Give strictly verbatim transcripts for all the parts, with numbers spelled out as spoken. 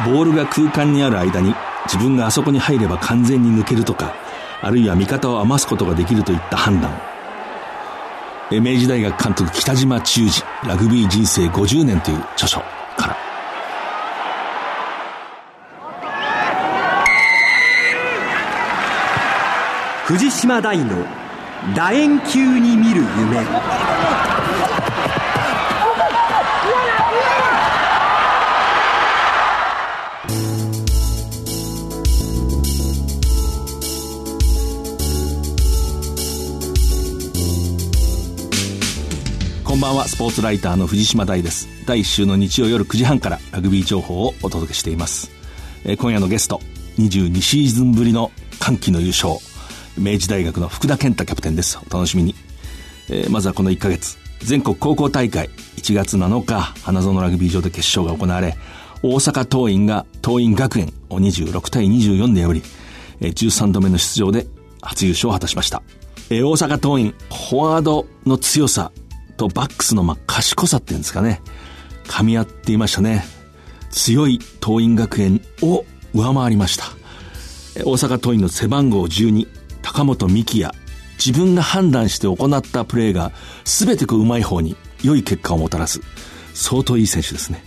ボールが空間にある間に自分があそこに入れば完全に抜けるとか、あるいは味方を余すことができるといった判断。明治大学監督北島忠二、ラグビー人生ごじゅうねんという著書から。 藤島大の楕円球に見る夢。 こんばんは、スポーツライターの藤島大です。だいいっ週の日曜夜くじはんからラグビー情報をお届けしています。えー、今夜のゲスト、にじゅうにシーズンぶりの歓喜の優勝、明治大学の福田健太キャプテンです。お楽しみに。えー、まずはこのいっかげつ、全国高校大会いちがつなのか花園ラグビー場で決勝が行われ、大阪桐蔭が桐蔭学園をにじゅうろくたいにじゅうよんで破り、えー、じゅうさんどめの出場で初優勝を果たしました。えー、大阪桐蔭、フォワードの強さとバックスのまあ賢さっていうんですかね、噛み合っていましたね。強い桐蔭学園を上回りました。大阪桐蔭の背番号じゅうに、高本幹也、自分が判断して行ったプレーが全てこううまい方に良い結果をもたらす、相当いい選手ですね。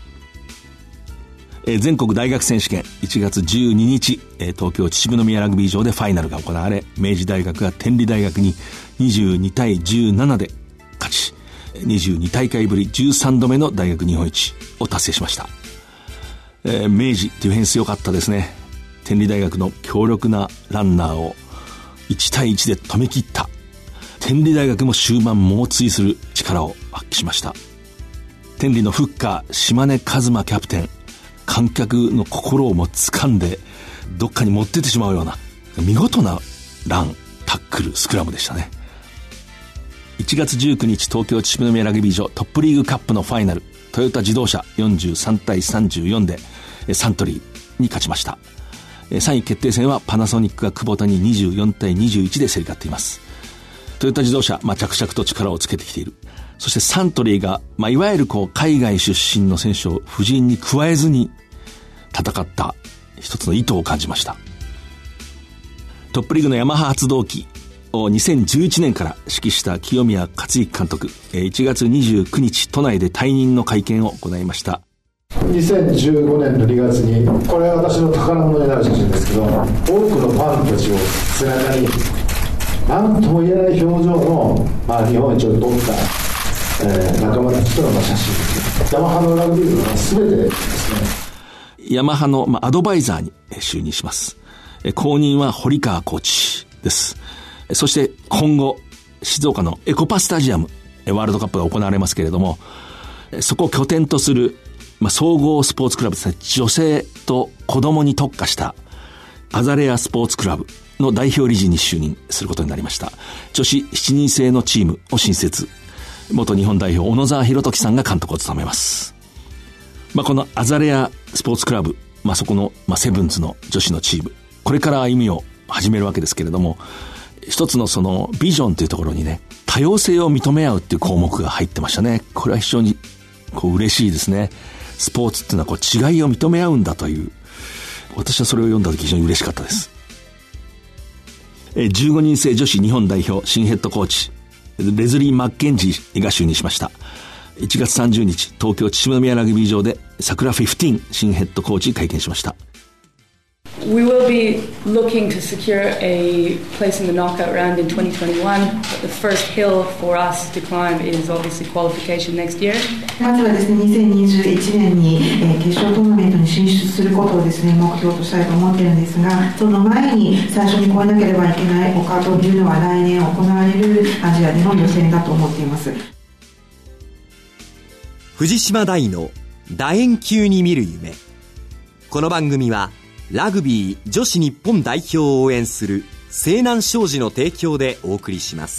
えー、全国大学選手権いちがつじゅうににち、えー、東京秩父宮ラグビー場でファイナルが行われ、明治大学が天理大学ににじゅうにたいじゅうななで勝ち、にじゅうにたいかいぶりじゅうさんどめの大学日本一を達成しました。えー、明治ディフェンス良かったですね。天理大学の強力なランナーをいちたいいちで止め切った。天理大学も終盤猛追する力を発揮しました。天理のフッカー島根一馬キャプテン、観客の心をも掴んでどっかに持ってってしまうような見事なラン、タックル、スクラムでしたね。いちがつじゅうくにち、東京秩父宮ラグビー場トップリーグカップのファイナル、トヨタ自動車よんじゅうさんたいさんじゅうよんでサントリーに勝ちました。さんい決定戦はパナソニックが久保田ににじゅうよんたいにじゅういちで競り勝っています。トヨタ自動車、まあ、着々と力をつけてきている。そしてサントリーが、まあ、いわゆるこう海外出身の選手を布陣に加えずに戦った一つの意図を感じました。トップリーグのヤマハ発動機をにせんじゅういちねんから指揮した清宮克幸監督、いちがつにじゅうくにち都内で退任の会見を行いました。 にせんじゅうごねんのにがつに、これは私の宝物になる写真ですけど、多くのファンたちを背中に何とも言えない表情の、まあ、日本一を取った、えー、仲間たちとの写真です。ヤマハのラグビー部は全てですね、 ヤマハの、まあ、アドバイザーに就任します。後任は堀川コーチです。そして今後静岡のエコパスタジアムワールドカップが行われますけれども、そこを拠点とする、まあ、総合スポーツクラブですね、女性と子供に特化したアザレアスポーツクラブの代表理事に就任することになりました。女子しちにん制のチームを新設。元日本代表小野沢博時さんが監督を務めます。まあ、このアザレアスポーツクラブ、まあ、そこの、まあ、セブンズの女子のチーム、これから歩みを始めるわけですけれども、一つのそのビジョンというところにね、多様性を認め合うっていう項目が入ってましたね。これは非常にこう嬉しいですね。スポーツっていうのはこう違いを認め合うんだという、私はそれを読んだ時非常に嬉しかったです。えじゅうごにん制女子日本代表新ヘッドコーチレズリー・マッケンジーが就任しました。いちがつさんじゅうにち、東京秩父宮ラグビー場で桜じゅうご新ヘッドコーチ会見しました。 We will be looking to secure a place in the knockout round in twenty twenty-one, but the first hill for us to climb is obviously qualification next year. まずはですね、にせんにじゅういちねんに、えー、決勝トーナメントに進出することをですね、目標としたいと思っているんですが、その前に最初に越えなければいけない丘というのは来年行われるアジアでの予選だと思っています。 藤島大の楕円球に見る夢。この番組はラグビー女子日本代表を応援する西南商事の提供でお送りします。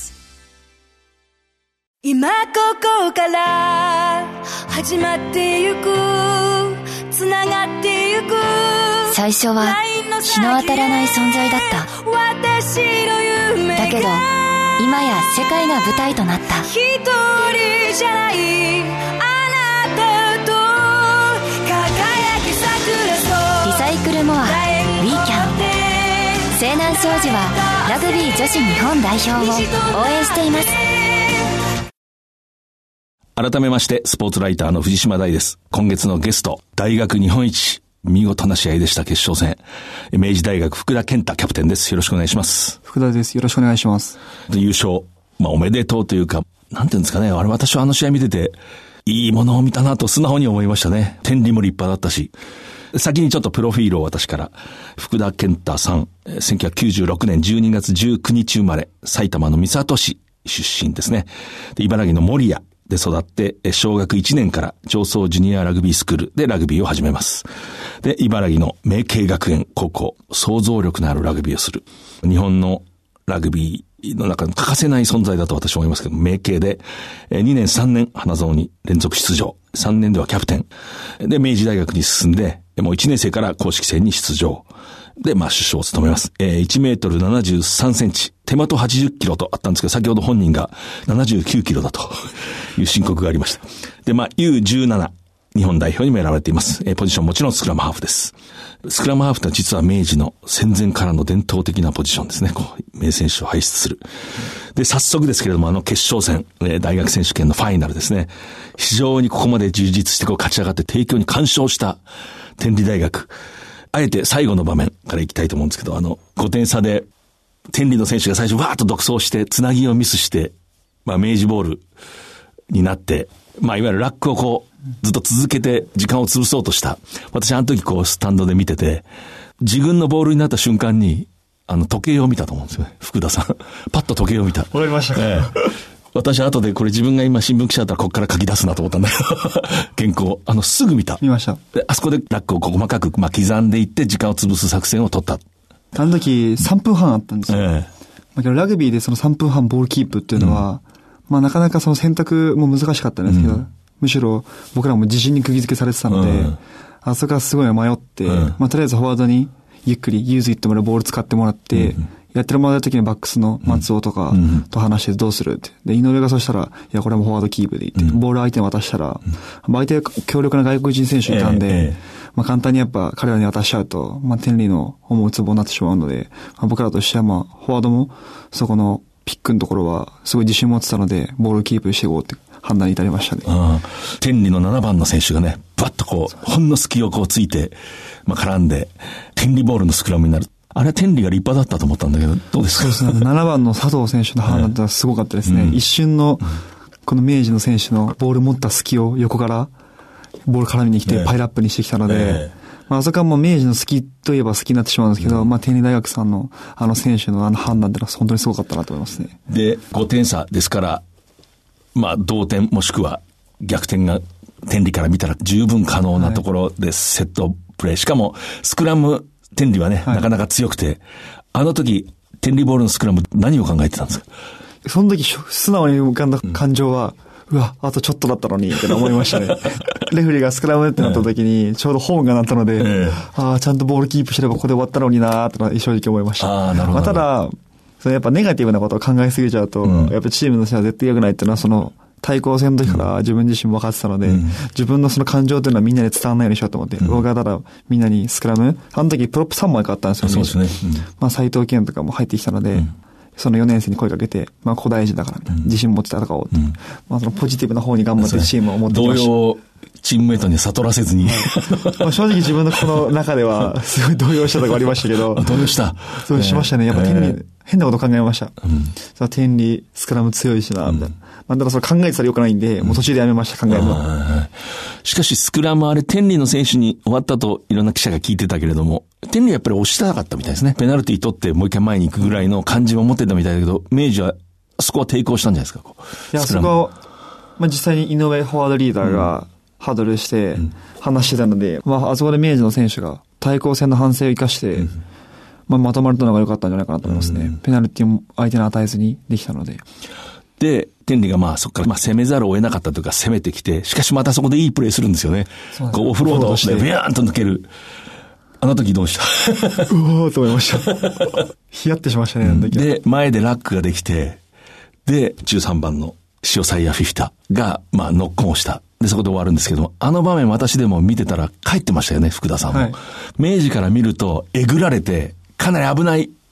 今ここから始まってゆく、つながってゆく。 最初は日の当たらない存在だった。 私の夢がだけど今や世界が舞台となった。 一人じゃないあなたと輝き桜西南商事はラグビー女子日本代表を応援しています。 改めましてスポーツライターの藤島大です。今月のゲスト、大学日本一、見事な試合でした決勝戦。明治大学福田健太キャプテンです。よろしくお願いします。 福田です。よろしくお願いします。 優勝、まあおめでとうというか、なんていうんですかね、あれ私はあの試合見てて、いいものを見たなと素直に思いましたね。天理も立派だったし。先にちょっとプロフィールを私から。福田健太さん、せんきゅうひゃくきゅうじゅうろくねんじゅうにがつじゅうくにち生まれ、埼玉の三郷市出身ですね。で、茨城の守谷で育って、小学いちねんから上層ジュニアラグビースクールでラグビーを始めます。で、茨城の明慶学園高校、想像力のあるラグビーをする。日本のラグビーの中に欠かせない存在だと私は思いますけど、明慶でにねんさんねん花園に連続出場。さんねんではキャプテン。で、明治大学に進んで、もういちねん生から公式戦に出場。で、まあ、主将を務めます。えー、いちメートルななじゅうさんセンチ、手元はちじゅっキロとあったんですけど、先ほど本人がななじゅうきゅうキロだという申告がありました。で、まあ、ユーじゅうなな、日本代表にも選ばれています。えー、ポジションもちろんスクラムハーフです。スクラムハーフとは実は明治の戦前からの伝統的なポジションですね。こう、名選手を輩出する。で、早速ですけれども、あの決勝戦、えー、大学選手権のファイナルですね。非常にここまで充実してこう勝ち上がって帝京に完勝した天理大学。あえて最後の場面からいきたいと思うんですけど、あの、ごてん差で、天理の選手が最初わーっと独走して、つなぎをミスして、まあ、明治ボールになって、まあ、いわゆるラックをこう、ずっと続けて時間を潰そうとした。私、あの時こう、スタンドで見てて、自分のボールになった瞬間に、あの、時計を見たと思うんですよね。福田さん。パッと時計を見た。 わかりましたか、ええ私後でこれ自分が今新聞記者だったらこっから書き出すなと思ったんだけど原稿あのすぐ見た見ました。 であそこでラックを細かく、まあ、刻んでいって時間を潰す作戦を取った。 あの時さんぷんはんあったんですよ、ええまあ、ラグビーでそのさんぷんはんボールキープっていうのは、うんまあ、なかなかその選択も難しかったんですけど、うん、むしろ僕らも自信に釘付けされてたので、うん、あそこはすごい迷って、うんまあ、とりあえずフォワードにゆっくりユーズイットまでボール使ってもらって、うんやってもらうときにバックスの松尾とかと話してどうするって。で、井上がそうしたら、いや、これはもうフォワードキープでいいって。うん、ボール相手に渡したら、うん、相手が強力な外国人選手いたんで、ええ、まあ簡単にやっぱ彼らに渡しちゃうと、まあ天理の思うツボになってしまうので、まあ、僕らとしてはまあ、フォワードもそこのピックのところはすごい自信持ってたので、ボールキープしていこうって判断に至りましたね。 あ天理のななばんの選手がね、バッとこう、ほんの隙をこうついて、まあ絡んで、天理ボールのスクラムになる。あれは天理が立派だったと思ったんだけど、どうですか？ そうですね。ななばんの佐藤選手の判断はすごかったですね。うん、一瞬の、この明治の選手のボール持った隙を横から、ボール絡みに来てパイラップにしてきたので、えーまあ、あそこはもう明治の好きといえば好きになってしまうんですけど、うん、まあ天理大学さんのあの選手のあの判断ってのは本当にすごかったなと思いますね。 で、ごてん差ですから、まあ同点もしくは逆転が天理から見たら十分可能なところでセットプレー。しかもスクラム、天理はね、はい、なかなか強くて、あの時、天理ボールのスクラム何を考えてたんですか？ その時、素直に浮かんだ感情は、うん、うわ、あとちょっとだったのに、って思いましたね。レフェリーがスクラムってなった時に、ちょうどホーンが鳴ったので、ええ、ああ、ちゃんとボールキープしてればここで終わったのになーってのは正直思いました。 ああ、なるほど。 まあ、ただ、そのやっぱネガティブなことを考えすぎちゃうと、うん、やっぱチームの人は絶対良くないっていうのは、その、対抗戦の時から自分自身も分かってたので、うん、自分のその感情というのはみんなに伝わらないようにしようと思って、うん、僕はただみんなにスクラム、あの時プロップさんまい買ったんですよね。 そうですね。うん、まあ斉藤健とかも入ってきたので、うん、そのよねん生に声かけて、まあここ大事だからみたいな、うん、自信持って戦おうって、うん、まあそのポジティブな方に頑張ってチームを持ってきました。 動揺チームメイトに悟らせずに、 まあ正直自分のこの中ではすごい動揺したところありましたけど、 動揺した。 そうしましたね。やっぱ天理、えー、変なこと考えました。うん、その天理スクラム強いしなみたいな。うんまあ、だからそれ考えてたらよくないんで、もう途中でやめました、考えるの。 しかしスクラムあれ、天理の選手に終わったといろんな記者が聞いてたけれども、天理はやっぱり押したかったみたいですね。ペナルティ取ってもう一回前に行くぐらいの感じも持ってたみたいだけど、明治はそこは抵抗したんじゃないですか。こういや、そこは、まあ、実際に井上フォワードリーダーがハードルして話してたので、うん、まあ、あそこで明治の選手が対抗戦の反省を生かして、うんまあ、まとまれたのが良かったんじゃないかなと思いますね。うん、ペナルティも相手に与えずにできたので。 で、天理がまあそこからまあ攻めざるを得なかったというか攻めてきて、しかしまたそこでいいプレーするんですよね。こうオフロードしてビャーンと抜ける。あの時どうしたうおーと思いました。ヒヤッてしましたね、あの時。 で、前でラックができて、で、じゅうさんばんの塩サイヤフィフィタがまあノックオンをした。で、そこで終わるんですけども、あの場面私でも見てたら帰ってましたよね、福田さんも。はい、明治から見るとえぐられて、かなり危ない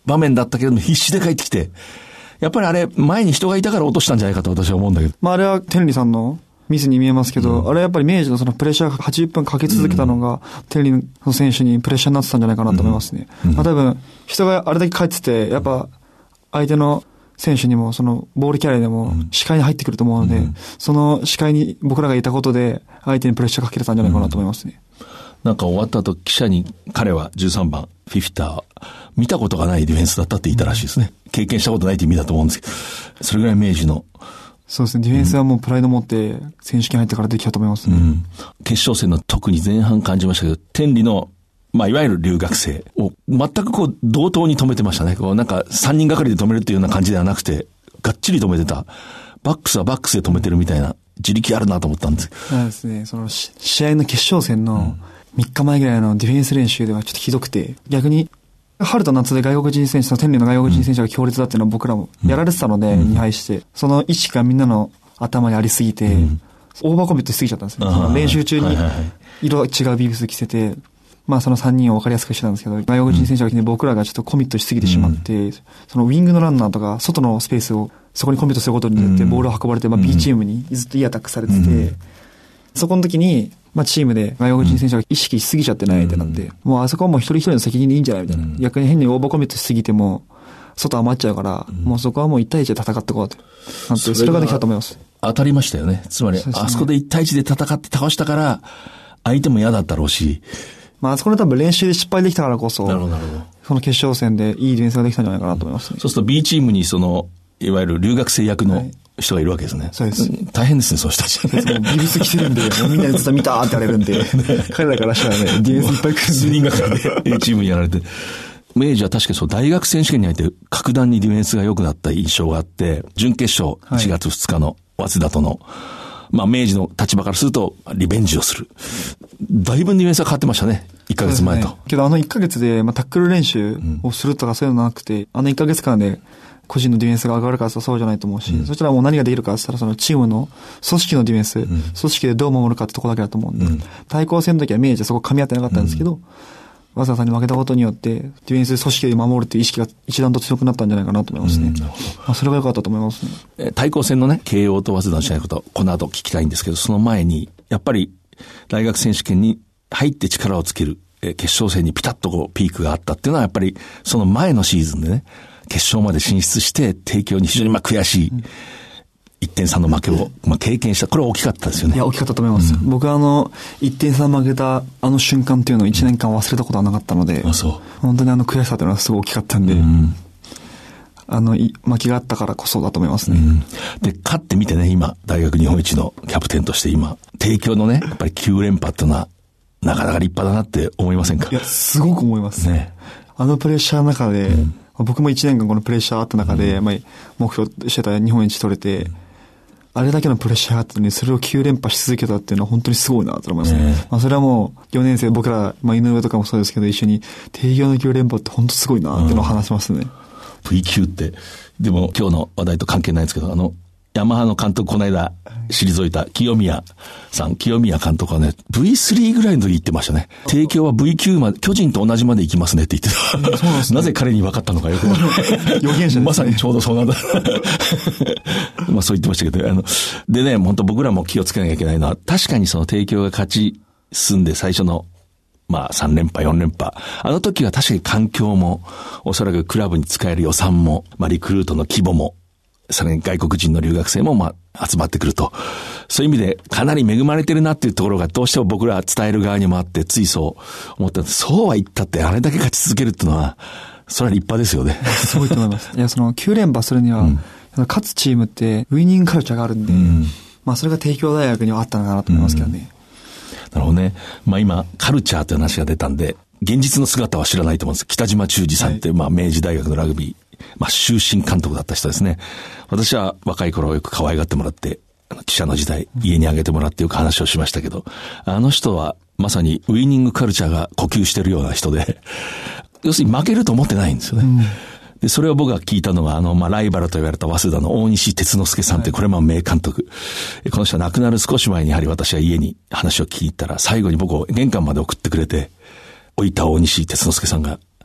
場面だったけれども必死で帰ってきて、やっぱりあれ前に人がいたから落としたんじゃないかと私は思うんだけど。 まああれは天理さんのミスに見えますけど、うん、あれはやっぱり明治のそのプレッシャーがはちじゅっぷんかけ続けたのが、うん、天理の選手にプレッシャーになってたんじゃないかなと思いますね。うんうん、まあ多分人があれだけ帰ってて、やっぱ相手の選手にもそのボールキャリアでも視界に入ってくると思うので、うん、その視界に僕らがいたことで相手にプレッシャーかけてたんじゃないかなと思いますね。 うん、なんか終わった後記者に彼はじゅうさんばんフィフィター見たことがないディフェンスだったって言ったらしいですね。経験したことないって意味だと思うんですけど、それぐらい明治のそうですね。ディフェンスはもうプライド持って選手権入ってからできたと思いますね。うん、 決勝戦の特に前半感じましたけど、天理のまあいわゆる留学生を全くこう同等に止めてましたね。こうなんかさんにんがかりで止めるっていうような感じではなくて、がっちり止めてた。バックスはバックスで止めてるみたいな自力あるなと思ったんです。 そうですね。その試合の決勝戦のみっかまえぐらいのディフェンス練習ではちょっとひどくて、逆に春と夏で外国人選手と天理の外国人選手が強烈だっていうのは僕らもやられてたので、に敗して、その意識がみんなの頭にありすぎて、うん、オーバーコミットしすぎちゃったんですね。練習中に色違うビブス着せて、まあそのさんにんを分かりやすくしてたんですけど、外国人選手が来て僕らがちょっとコミットしすぎてしまって、うん、そのウィングのランナーとか外のスペースをそこにコミットすることによってボールを運ばれて、まあ B チームにずっといいアタックされてて、うん、そこの時に、まあチームで外国人選手が意識しすぎちゃってないってなって、うん、もうあそこはもう一人一人の責任でいいんじゃないみたいな。うん、逆に変にオーバーコミットしすぎても、外余っちゃうから、うん、もうそこはもういち対いちで戦っていこうと。なんて、それができたと思います。 当たりましたよね。つまり、ね、あそこでいち対いちで戦って倒したから、相手も嫌だったろうし。 まあ、あそこで多分練習で失敗できたからこそ、 なるほど、なるほど。 その決勝戦でいいディフェンスができたんじゃないかなと思いますね。 そうすると B チームにその、いわゆる留学生役の人がいるわけですね。はい、 そうです。 大変ですね、そうしたち。 ビブス着てるんで、もうみんなでずっと見たーって言われるんで、彼らからしたらね、ディフェンスいっぱい来るんで。 数人がかりで A チームにやられて。明治は確かにそう大学選手権に入って格段にディフェンスが良くなった印象があって、準決勝いちがつふつかの早稲田との、まあ明治の立場からするとリベンジをする。だいぶディフェンスが変わってましたね。いっかげつまえと。 ね、けどあのいっかげつで、まあ、タックル練習をするとかそういうのなくて、うん、あのいっかげつかんで個人のディフェンスが上がるかそうじゃないと思うし、うん、そしたらもう何ができるかって言ったらそのチームの組織のディフェンス、うん、組織でどう守るかってとこだけだと思うんで、うん、対抗戦の時は明治はそこ噛み合ってなかったんですけど、うん早稲田さんに負けたことによって、ディフェンス組織で守るという意識が一段と強くなったんじゃないかなと思いますね。うん、なるほど。まあ、それが良かったと思いますね。 対抗戦のね、慶応と早稲田の試合のこと、この後聞きたいんですけど、その前に、やっぱり、大学選手権に入って力をつける、え決勝戦にピタッとこう、ピークがあったっていうのは、やっぱり、その前のシーズンでね、決勝まで進出して、帝京に非常にまあ悔しい、うんいってんさんの負けを、まあ、経験した。これは大きかったですよね。 いや、大きかったと思います。うん、僕はあの、いってんさん負けたあの瞬間っていうのをいちねんかん忘れたことはなかったので、 うん、あそう本当にあの悔しさというのはすごい大きかったんで、うん、あの、負けがあったからこそだと思いますね。うん、 で、勝ってみてね、今、大学日本一のキャプテンとして今、帝京のね、やっぱりきゅうれんぱっていうのは、なかなか立派だなって思いませんか？ いや、すごく思います。ね。あのプレッシャーの中で、うん、僕もいちねんかんこのプレッシャーあった中で、うん、まあ、目標してた日本一取れて、うんあれだけのプレッシャーがあったのに、それをきゅうれんぱし続けたっていうのは本当にすごいなと思いますね。まあそれはもう、よねん生、僕ら、まあ井上とかもそうですけど、一緒に、帝京のきゅうれんぱって本当すごいなっていうのを話しますね。うん、 ブイきゅうって、でも今日の話題と関係ないんですけど、あの、ヤマハの監督この間、退いた清宮さん、清宮監督はね、ブイスリー ぐらいの時言ってましたね。帝京は ブイきゅう まで、巨人と同じまで行きますねって言ってた。そうですね、なぜ彼に分かったのかよくわからない。 予言者ですね。 まさにちょうどそうなんだ。まあそう言ってましたけど、あの、でね、本当僕らも気をつけなきゃいけないのは、確かにその帝京が勝ち進んで最初の、まあさんれんぱ、よんれんぱ。あの時は確かに環境も、おそらくクラブに使える予算も、まあリクルートの規模も、さらに外国人の留学生もまあ集まってくると。そういう意味でかなり恵まれてるなっていうところがどうしても僕ら伝える側にもあってついそう思ったんです。そうは言ったってあれだけ勝ち続けるっていうのは、それは立派ですよね。 すごいと思います。いや、そのきゅうれんぱするには、うん、勝つチームってウィニングカルチャーがあるんで、うん、まあそれが帝京大学にはあったのかなと思いますけどね。 うん、なるほどね。まあ今、カルチャーという話が出たんで、現実の姿は知らないと思うんです。北島忠二さんって、はい、まあ明治大学のラグビー、まあ、終身監督だった人ですね。私は若い頃よく可愛がってもらって、記者の時代、家にあげてもらってよく話をしましたけど、あの人はまさにウィニングカルチャーが呼吸してるような人で、要するに負けると思ってないんですよね。うん、で、それを僕が聞いたのが、あの、まあ、ライバルと言われた早稲田の大西哲之助さんって、これも名監督。はい、この人は亡くなる少し前にやはり私は家に話を聞いたら、最後に僕を玄関まで送ってくれて、置いた大西哲之助さんが、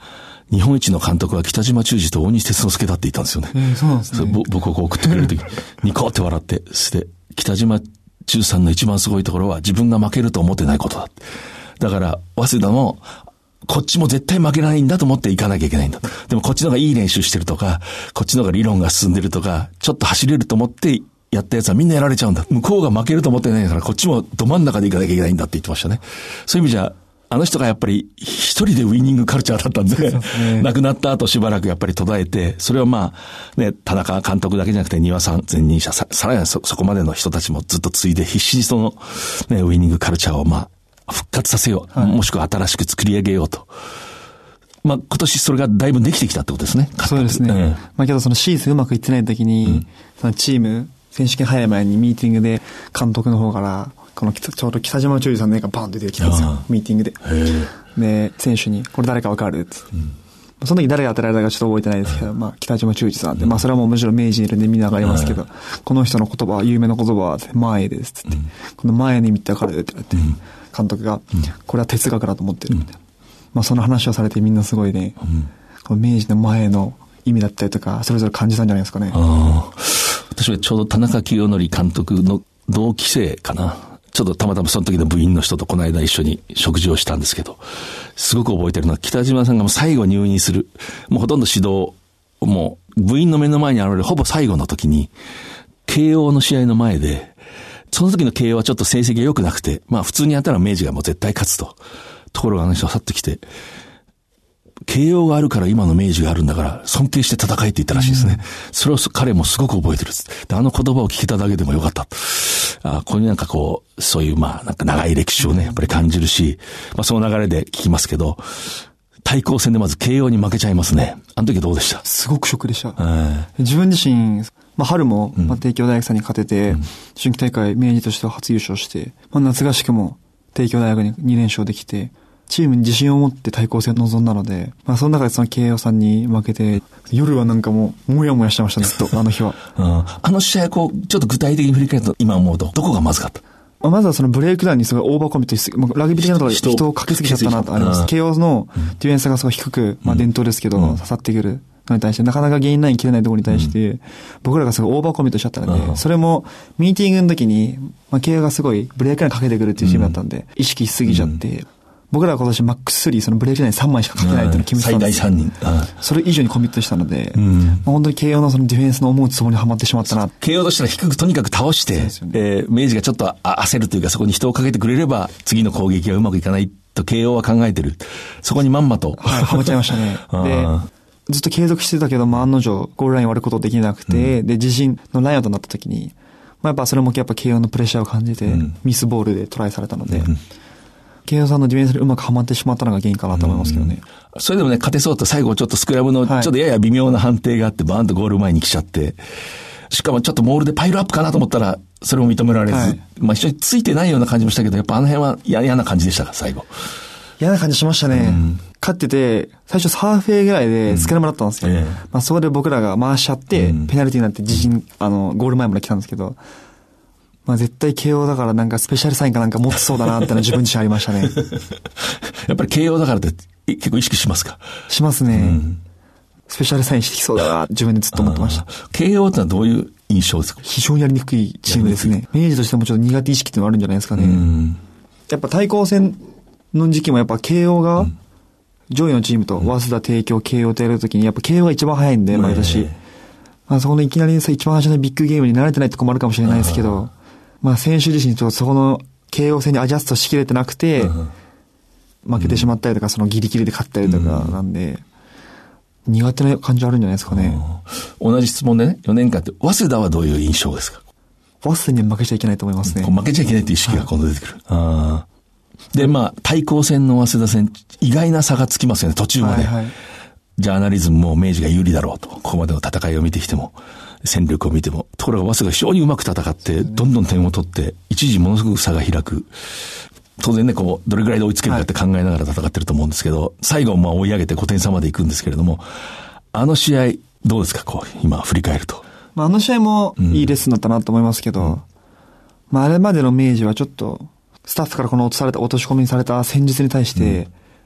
日本一の監督は北島忠二と大西哲之助だって言ったんですよね。 えー、そうなんですね。 僕をこう送ってくれるとき、ニコって笑って、して、北島忠さんの一番すごいところは自分が負けると思ってないことだ。だから、早稲田も、こっちも絶対負けないんだと思っていかなきゃいけないんだ。でもこっちの方がいい練習してるとか、こっちの方が理論が進んでるとか、ちょっと走れると思ってやったやつはみんなやられちゃうんだ。向こうが負けると思ってないから、こっちもど真ん中でいかなきゃいけないんだって言ってましたね。そういう意味じゃ、あの人がやっぱり一人でウィニングカルチャーだったんで、ね、亡くなった後しばらくやっぱり途絶えて、それはまあ、ね、田中監督だけじゃなくて丹羽さん、前任者、さらに そ, そこまでの人たちもずっと継いで必死にその、ね、ウィニングカルチャーをまあ、復活させよう、はい、もしくは新しく作り上げようと。まあ、今年それがだいぶできてきたってことですね。 そうですね。うん、まあ、けどそのシーズンうまくいってない時に、うん、そのチーム、選手権早い前にミーティングで監督の方から、このちょうど北島忠二さんの絵がバンと出てきたんですよ。ミーティングで。で、選手に、これ誰かわかるって。うん、その時誰が当てられたかちょっと覚えてないですけど、まあ、北島忠二さんって、まあ、それはもうむしろ明治にいるんでみんなわかりますけど、この人の言葉、有名な言葉は前ですって言って、この前に見てわかるって言って、監督が、これは哲学だと思ってるみたいな。まあ、その話をされてみんなすごいね、この明治の前の意味だったりとか、それぞれ感じたんじゃないですかね。 あ、私はちょうど田中清則監督の同期生かな。ちょっとたまたまその時の部員の人とこの間一緒に食事をしたんですけど、すごく覚えてるのは北島さんがもう最後入院する、もうほとんど指導、もう部員の目の前に現れるほぼ最後の時に、慶応の試合の前で、その時の慶応はちょっと成績が良くなくて、まあ普通にやったら明治がもう絶対勝つと。ところがあの人が去ってきて、慶応があるから今の明治があるんだから尊敬して戦えって言ったらしいですね。うん、それを彼もすごく覚えてる。で、あの言葉を聞けただけでもよかった。あ、こういうなんかこう、そういうまあなんか長い歴史をね、やっぱり感じるし、まあその流れで聞きますけど、対抗戦でまず慶応に負けちゃいますね。あの時どうでした？ すごくショックでした。自分自身、まあ春も、まあ帝京大学さんに勝てて、うん、春季大会明治としては初優勝して、まあ夏合宿も帝京大学にに連勝できて、チームに自信を持って対抗戦を臨んだので、まあその中でその慶応さんに負けて、夜はなんかもう、もやもやしてましたね、ずっと、あの日は。 うん、あの試合こう、ちょっと具体的に振り返ると、今思うと、どこがまずかった？ まあ、まずはそのブレイクダウンにすごいオーバーコミットしすぎ、まあ、ラグビー的なところで人をかけすぎちゃったなとあります。慶応のディフェンスがすごい低く、まあ伝統ですけど、刺さってくるのに対して、なかなかゲインライン切れないところに対して、僕らがすごいオーバーコミットしちゃったので、それもミーティングの時に、まあ慶応がすごいブレイクダウンかけてくるっていうチームだったんで、意識しすぎちゃって、僕らは今年マックススリー、そのブレイクラインさんまいしかかけないっていうのを決めてたんですよ。 最大さんにん。 それ以上にコミットしたので、うん、まあ、本当に慶応のそのディフェンスの思うつぼにはまってしまったな。 慶応としては低くとにかく倒して、ね、えー、明治がちょっと焦るというか、そこに人をかけてくれれば、次の攻撃がうまくいかないと慶応は考えてる。そこにまんまと。 はい、はまっちゃいましたね。で、ずっと継続してたけど、まあ、案の定、ゴールライン割ることできなくて、うん、で、自陣のラインアウトになった時に、まあ、やっぱそれもやっぱ慶応のプレッシャーを感じて、うん、ミスボールでトライされたので、うん慶応さんのディフェンスにうまくはまってしまったのが原因かなと思いますけどね。 うん、それでもね、勝てそうと最後ちょっとスクラムのちょっとやや微妙な判定があって、バーンとゴール前に来ちゃって、しかもちょっとモールでパイルアップかなと思ったら、それも認められず、はい、まあ一緒についてないような感じもしたけど、やっぱあの辺は嫌な感じでしたか、最後。 嫌な感じしましたね。うん、勝ってて、最初ハーフウェイぐらいでスクラムだったんですけど、うんええ、まあそこで僕らが回しちゃって、うん、ペナルティになって自陣、あの、ゴール前まで来たんですけど、まあ絶対慶応だからなんかスペシャルサインかなんか持ってそうだなってのは自分自身ありましたね。 やっぱり慶応だからって結構意識しますか？ しますね。うん、スペシャルサインしてきそうだな自分でずっと思ってました。 慶応ってのはどういう印象ですか？ 非常にやりにくいチームですね。明治としてもちょっと苦手意識っていうのがあるんじゃないですかね。うん、やっぱ対抗戦の時期もやっぱ慶応が上位のチームと早稲田、帝京、慶応とやるときにやっぱ慶応が一番早いんで毎年。まあそこのいきなりさ一番最初のビッグゲームに慣れてないと困るかもしれないですけど。まあ選手自身とそこの慶応戦にアジャストしきれてなくて、うん、負けてしまったりとか、そのギリギリで勝ったりとかなんで、うん、苦手な感じあるんじゃないですかね。 同じ質問でね、よねんかんって、早稲田はどういう印象ですか？ 早稲田には負けちゃいけないと思いますね。 負けちゃいけないっていう意識が今度出てくる。はい、あで、まあ、対抗戦の早稲田戦、意外な差がつきますよね、途中まで。はいはい、ジャーナリズムも明治が有利だろうと、ここまでの戦いを見てきても。戦力を見ても。ところが早稲田が非常にうまく戦って、どんどん点を取って、一時ものすごく差が開く。当然ね、こう、どれぐらいで追いつけるかって考えながら戦ってると思うんですけど、はい、最後まあ追い上げてごてん差まで行くんですけれども、あの試合、どうですか、こう、今振り返ると。 まあ、あの試合もいいレッスンだったなと思いますけど、うん、まあ、あれまでの明治はちょっと、スタッフからこの落とされた、落とし込みにされた戦術に対して、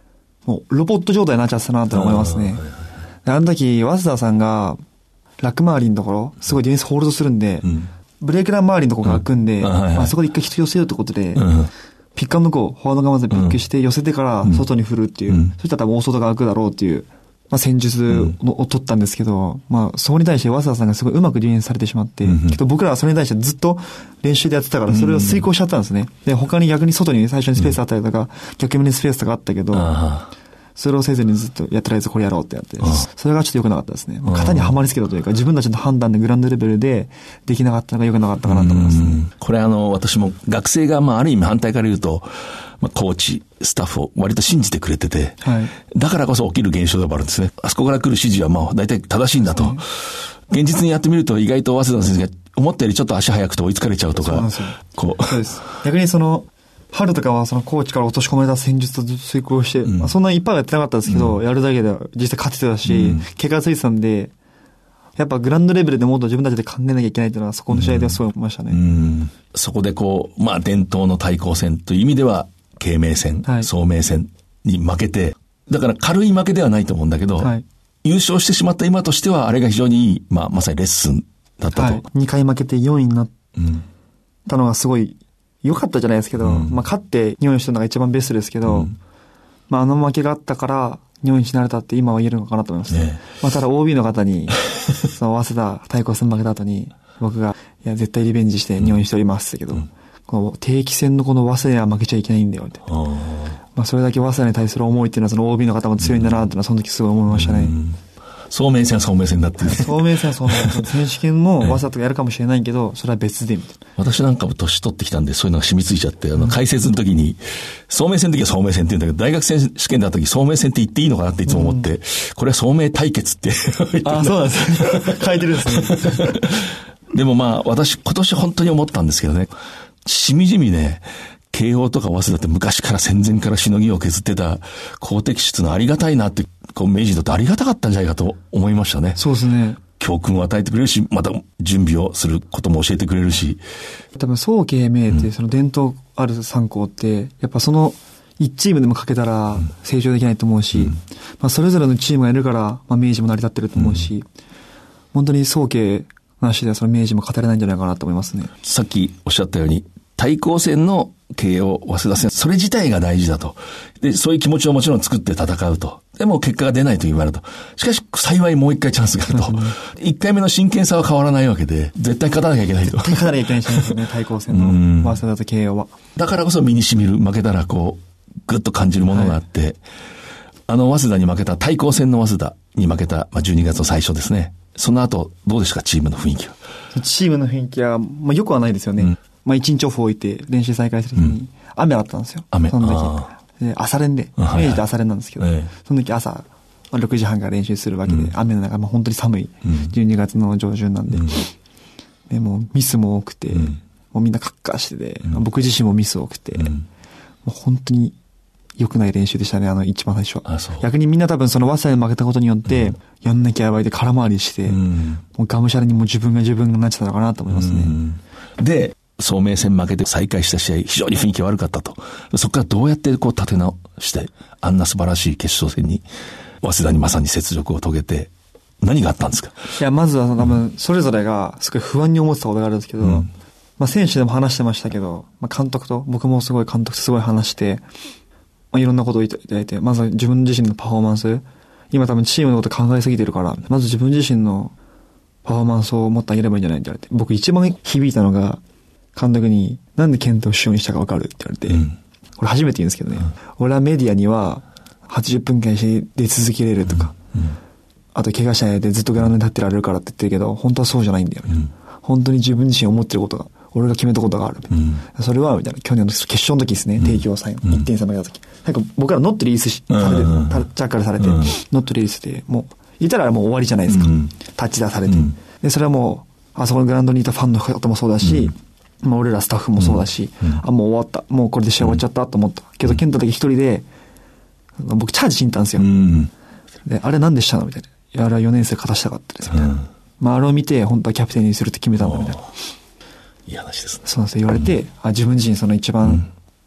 もうロボット状態になっちゃってたなと思いますね。あ, あの時、早稲田さんが、ラック周りのところ、すごいディフェンスホールドするんで、うん、ブレイクラン周りのところが開くんで、うんはいはいまあ、そこで一回人寄せようってことで、うん、ピックアンドゴー、フォワードがまずピックして寄せてから外に振るっていう、うん、そしたら多分大外が開くだろうっていう、まあ、戦術を取ったんですけど、まあ、そこに対して早稲田さんがすごいうまくディフェンスされてしまって、うん、けど僕らはそれに対してずっと練習でやってたから、それを遂行しちゃったんですね。で、他に逆に外に最初にスペースあったりとか、うん、逆目にスペースとかあったけど、それをせずにずっとやってられずこれやろうってやって、それがちょっと良くなかったですね。型にはまりつけたというか、自分たちの判断でグラウンドレベルでできなかったのが良くなかったかなと思いますね。 これあの、私も学生がまあある意味反対から言うと、まあ、コーチ、スタッフを割と信じてくれてて、はい、だからこそ起きる現象でもあるんですね。あそこから来る指示はまあ大体正しいんだと。ね、現実にやってみると意外と早稲田の先生が思ったよりちょっと足早くて追いつかれちゃうとか。そうなんですよ。こう。 そうです。逆にその、春とかはそのコーチから落とし込まれた戦術と遂行して、うんまあ、そんなにいっぱいはやってなかったんですけど、うん、やるだけで実際勝ててたし、うん、結果がついてたんで、やっぱグラウンドレベルでもっと自分たちで考えなきゃいけないというのはそこの試合ではすごい思いましたね。うんうん、 そこでこう、まあ伝統の対抗戦という意味では、慶明戦、はい、聡明戦に負けて、だから軽い負けではないと思うんだけど、はい、優勝してしまった今としてはあれが非常にいい、まあまさにレッスンだったと。はい、 にかい負けてよんいになったのがすごい良かったじゃないですけど、うん、まあ勝ってにほんしたのが一番ベストですけど、うん、まああの負けがあったからにほんになれたって今は言えるのかなと思います。ね、まあただ オービー の方に、その早稲田対抗戦負けた後に、僕が、いや絶対リベンジしてにほんにしておりますけど、うんこの定期戦のこの早稲田には負けちゃいけないんだよって。まあそれだけ早稲田に対する思いっていうのはその オービー の方も強いんだなっていうのはその時すごい思いましたね。 聡明戦は聡明戦だっていう。 聡明戦は聡明戦。選手権も早稲田とかやるかもしれないけど、それは別でみたいな。 私なんかも年取ってきたんでそういうのが染みついちゃって、あの解説の時に、聡明戦の時は聡明戦って言うんだけど、大学選試験だった時聡明戦って言っていいのかなっていつも思って、これは聡明対決って言って。 あ、そうなんですね。書いてるんですね。 でもまあ私今年本当に思ったんですけどね。しみじみね、慶応とか早稲田って昔から戦前からしのぎを削ってた公的出のありがたいなって、こう明治にとってありがたかったんじゃないかと思いましたね。 そうですね。 教訓を与えてくれるし、また準備をすることも教えてくれるし。 多分、早慶明ってその伝統ある三校って、やっぱその一チームでもかけたら成長できないと思うし、うん、まあそれぞれのチームがいるから、まあ明治も成り立ってると思うし、うん、本当に早慶なしではその明治も語れないんじゃないかなと思いますね。 さっきおっしゃったように、対抗戦の慶応、早稲田戦、それ自体が大事だと。で、そういう気持ちをもちろん作って戦うと。でも結果が出ないと言われると。しかし、幸いもう一回チャンスがあると。一回目の真剣さは変わらないわけで、絶対勝たなきゃいけないと。 絶対勝たなきゃいけないしですよね、対抗戦の早稲田と慶応は。 だからこそ身に染みる、負けたらこう、ぐっと感じるものがあって、はい、あの早稲田に負けた、対抗戦の早稲田に負けた、まあ、じゅうにがつの最初ですね。その後、どうですか、チームの雰囲気は。 チームの雰囲気は、まあ、よくはないですよね。うんまあ一日オフを置いて練習再開する日に雨だったんですよ。雨。その時。で朝練で、明治って朝練なんですけど、はいはい、その時朝ろくじはんから練習するわけで、うん、雨の中、まあ本当に寒い、うん、じゅうにがつの上旬なんで、うん、でもうミスも多くて、うん、もうみんなカッカーしてて、うん、僕自身もミス多くて、うん、もう本当に良くない練習でしたね、あの一番最初は。逆にみんな多分その早稲田に負けたことによって、うん、やんなきゃやばいで空回りして、うん、もうがむしゃらにもう自分が自分がなっちゃったのかなと思いますね。 うん、で、聡明戦負けて再開した試合、非常に雰囲気悪かったと。そこからどうやってこう立て直して、あんな素晴らしい決勝戦に、早稲田にまさに雪辱を遂げて、何があったんですか？ いや、まずは多分、それぞれがすごい不安に思ってたことがあるんですけど、うん、まあ選手でも話してましたけど、まあ監督と、僕もすごい監督とすごい話して、まあいろんなことをいただいて、まず自分自身のパフォーマンス、今多分チームのこと考えすぎてるから、まず自分自身のパフォーマンスを持ってあげればいいんじゃないって言われて、僕一番響いたのが、監督に、なんでケントを主将にしたか分かるって言われて、うん、これ初めて言うんですけどね、うん、俺はメディアにははちじゅっぷんかん出続けれるとか、うんうん、あと怪我しないでずっとグラウンドに立ってられるからって言ってるけど、本当はそうじゃないんだよ、うん、本当に自分自身思ってることが、俺が決めたことがある、うん、それはみたいな、去年の決勝の時ですね、提供最後、うん、いってんさ負けた時、なんか僕らノットリリースし、されて、うん、ジャッカルされて、うん、ノットリリースで、もう、いたらもう終わりじゃないですか、うん、タッチ出されて、うん、で、それはもう、あそこのグラウンドにいたファンの方もそうだし、うんまあ俺らスタッフもそうだし、うんうん、あ、もう終わった。もうこれで試合終わっちゃったと思った。けど、ケントだけ一人で、僕チャージしに行ったんですよ。うん、で、あれなんでしたのみたいな。いや、あれはよねん生勝たしたかったです。みたいな。うん、まああれを見て、本当はキャプテンにするって決めたんだ、みたいな。 いい話ですね。 そうなんですよ。言われて、うん、あ、自分自身その一番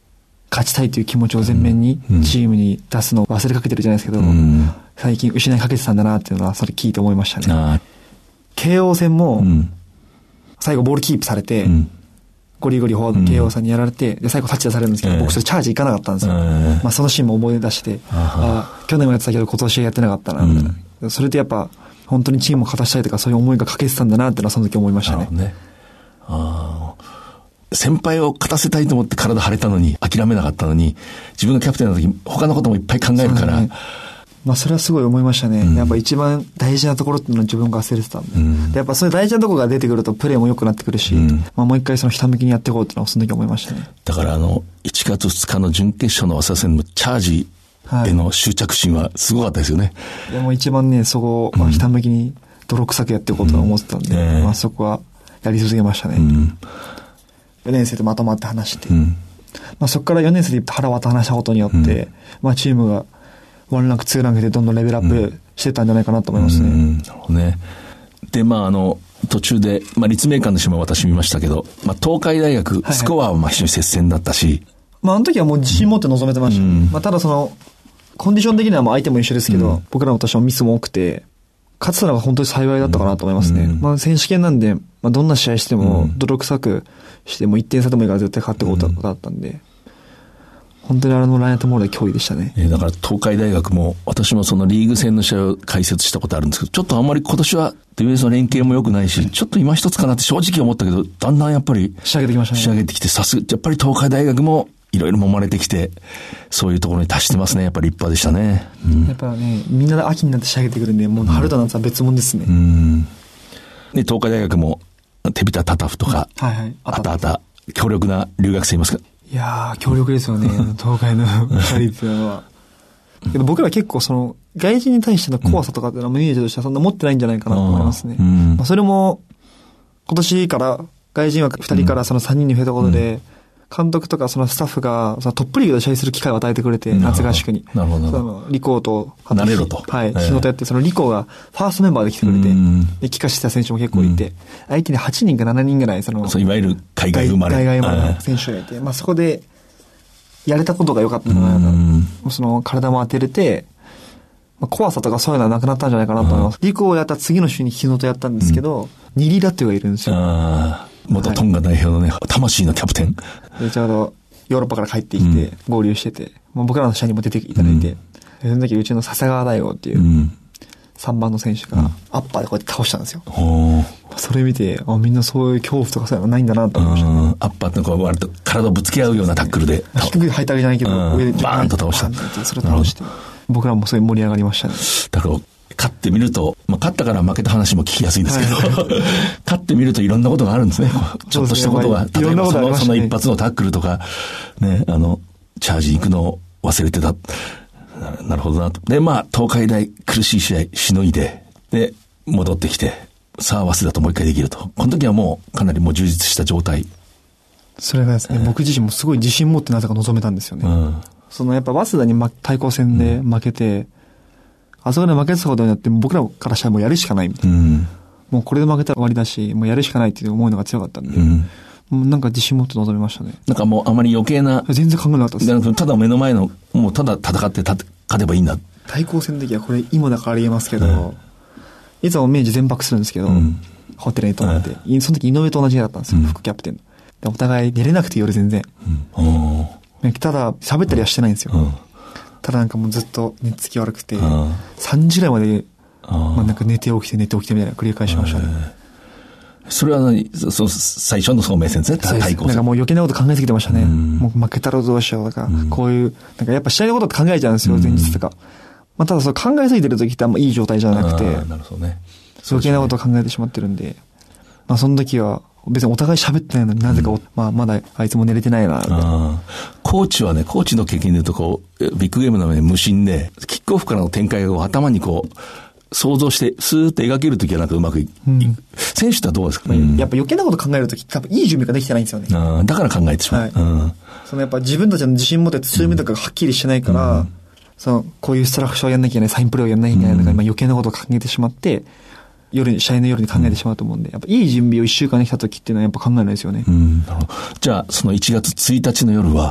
勝ちたいという気持ちを前面にチームに出すのを忘れかけてるじゃないですけど、うん、最近失いかけてたんだなっていうのはそれ聞いて思いましたね。慶応戦も最後ボールキープされて、うん、ゴリゴリフォワード慶応さんにやられて、で最後タッチ出されるんですけど、えー、僕それチャージいかなかったんですよ、えーまあ、そのシーンも思い出して、ああ去年もやってたけど今年はやってなかったなみたいな、うん、それでやっぱ本当にチームを勝たしたいとかそういう思いが欠けてたんだなっていうのはその時思いましたね。 ね、あ先輩を勝たせたいと思って体張れたのに諦めなかったのに、自分がキャプテンの時他のこともいっぱい考えるから、 まあそれはすごい思いましたね、うん、やっぱ一番大事なところっていうのは自分が忘れてたんで、うん、でやっぱそういう大事なところが出てくるとプレーも良くなってくるし、うん、まあもう一回そのひたむきにやっていこうっていうのはその時思いましたね。 だからあのいちがつふつかの準決勝の早稲田戦のチャージへの執着心はすごかったですよね、 はい、でも一番ねそこをまあひたむきに泥臭くやっていこうと思ってたんで、うん、まあそこはやり続けましたね、うん、よねん生でまとまって話して、うんまあ、そこからよねん生で腹割って話したことによって、うんまあ、チームがワンランクツーランクでどんどんレベルアップしてたんじゃないかなと思いますね、うんうん、なるほどね。 でまああの途中で、まあ、立命館の試合も私見ましたけど、まあ、東海大学、はいはい、スコアはまあ非常に接戦だったし、 まあ、あの時はもう自信持って臨めてました、うんまあ、ただそのコンディション的にはもう相手も一緒ですけど、うん、僕らの年はミスも多くて勝つのが本当に幸いだったかなと思いますね、うんまあ、選手権なんで、まあ、どんな試合しても泥臭くしてもいってん差でもいいから絶対勝っていこうとだったんで、うん本当にあれのラインアットモールで脅威でしたね。 えー、だから東海大学も私もそのリーグ戦の試合を解説したことあるんですけど、ちょっとあんまり今年はディフェンスの連携も良くないし、ちょっと今一つかなって正直思ったけど、だんだんやっぱり仕上げてきましたね。 仕上げてきて、さすがやっぱり東海大学もいろいろ揉まれてきて、そういうところに達してますね。やっぱり立派でしたね。 うん、やっぱね、みんなで秋になって仕上げてくるんで、もう春と夏は別物ですね。 うん。で東海大学もテビタ・タタフとか、 はいはい、 あたあた強力な留学生いますか。 いやー強力ですよね東海のふたりっていうのはけど僕ら結構その外人に対しての怖さとかっていうのはイメージとしてはそんな持ってないんじゃないかなと思いますね、うんまあ、それも今年から外人枠ふたりからそのさんにんに増えたことで、うん監督とかそのスタッフがそのトップリーグで試合する機会を与えてくれて、夏合宿に。 なるほど。 そのリコーと、 なれろと。 はい。日野とやって、そのリコーがファーストメンバーで来てくれて、で、帰化してた選手も結構いて、相手にはちにんかななにんぐらい、その、 そういわゆる海外生まれ。 海外生まれの選手がいて、まあそこで、やれたことが良かったのかな。その体も当てれて、まあ、怖さとかそういうのはなくなったんじゃないかなと思います。リコーをやった次の週に日野とやったんですけど、ニリラットがいるんですよ。 元トンガ代表のね、魂のキャプテン。 で、ちょうど、ヨーロッパから帰ってきて、合流してて、まあ、僕らの試合にも出ていただいて、うん、その時うちの笹川大吾っていう、さんばんの選手が、アッパーでこうやって倒したんですよ。うん、それ見て、あ、みんなそういう恐怖とかそういうのないんだなと思いましたね。 アッパーってこう割と体をぶつけ合うようなタックルで。 低く入ったわけじゃないけど、 上でバーンと倒した。 それを倒して、僕らもそういう盛り上がりましたね。 だから、勝ってみると、まあ、勝ったから負けた話も聞きやすいんですけど、はい、勝ってみるといろんなことがあるんですね。ちょっとしたことが、例えばその、その一発のタックルとか、ね、あの、チャージに行くのを忘れてた。な, なるほどなと。で、まあ、東海大苦しい試合しのいで、で、戻ってきて、さあ、早稲田ともう一回できると。この時はもう、かなりもう充実した状態。 それがですね、えー、僕自身もすごい自信持ってなぜか臨めたんですよね。うん、そのやっぱ早稲田に、ま、対抗戦で負けて、うんあそこで負けてたことによって僕らからしたらもうやるしかないみたいな、うん、もうこれで負けたら終わりだしもうやるしかないっていう思いのが強かったんで、うん、もうなんか自信持って臨みましたね。 なんかもうあまり余計な全然考えなかったです。 ただ目の前のもうただ戦って勝てばいいんだ。 対抗戦の時はこれ今だからありえますけど、うん、いつも明治全泊するんですけど、うん、ホテルに泊まって、うん、その時井上と同じだったんですよ、うん、副キャプテンでお互い寝れなくて夜全然、うん、ただ喋ったりはしてないんですよ、うんただなんかもうずっと寝つき悪くてさんじぐらいまでまあなんか寝て起きて寝て起きてみたいな繰り返しましたね。 それは何そ最初の聡明戦ですね。対抗戦なんかもう余計なこと考えすぎてましたね。もう負けたらどうしようとかこういうなんかやっぱ試合のことって考えちゃうんですよ前日とか。まあただそう考えすぎてる時ってあんまいい状態じゃなくてなるほどね余計なことを考えてしまってるんでまあその時は別にお互い喋ってないのになぜか、うん、まあまだあいつも寝れてないなあコーチはねコーチの経験で言うとこうビッグゲームの上で無心でキックオフからの展開を頭にこう想像してスーッと描けるときはなんかうまくいく、うん、選手ってはどうですかね、うん、 やっぱ余計なこと考えるとき多分いい準備ができてないんですよね。 あだから考えてしまう、はいうん、 そのやっぱ自分たちの自信持って強みとかがはっきりしてないから、うん、そのこういうストラクションをやんなきゃいけないサインプレーをやんなきゃいけないとか、うん、まあ、余計なことを考えてしまって夜に、試合の夜に考えてしまうと思うんで、やっぱいい準備を一週間できた時っていうのはやっぱ考えないですよね。 うん、なるほど。じゃあ、そのいちがつついたちの夜は、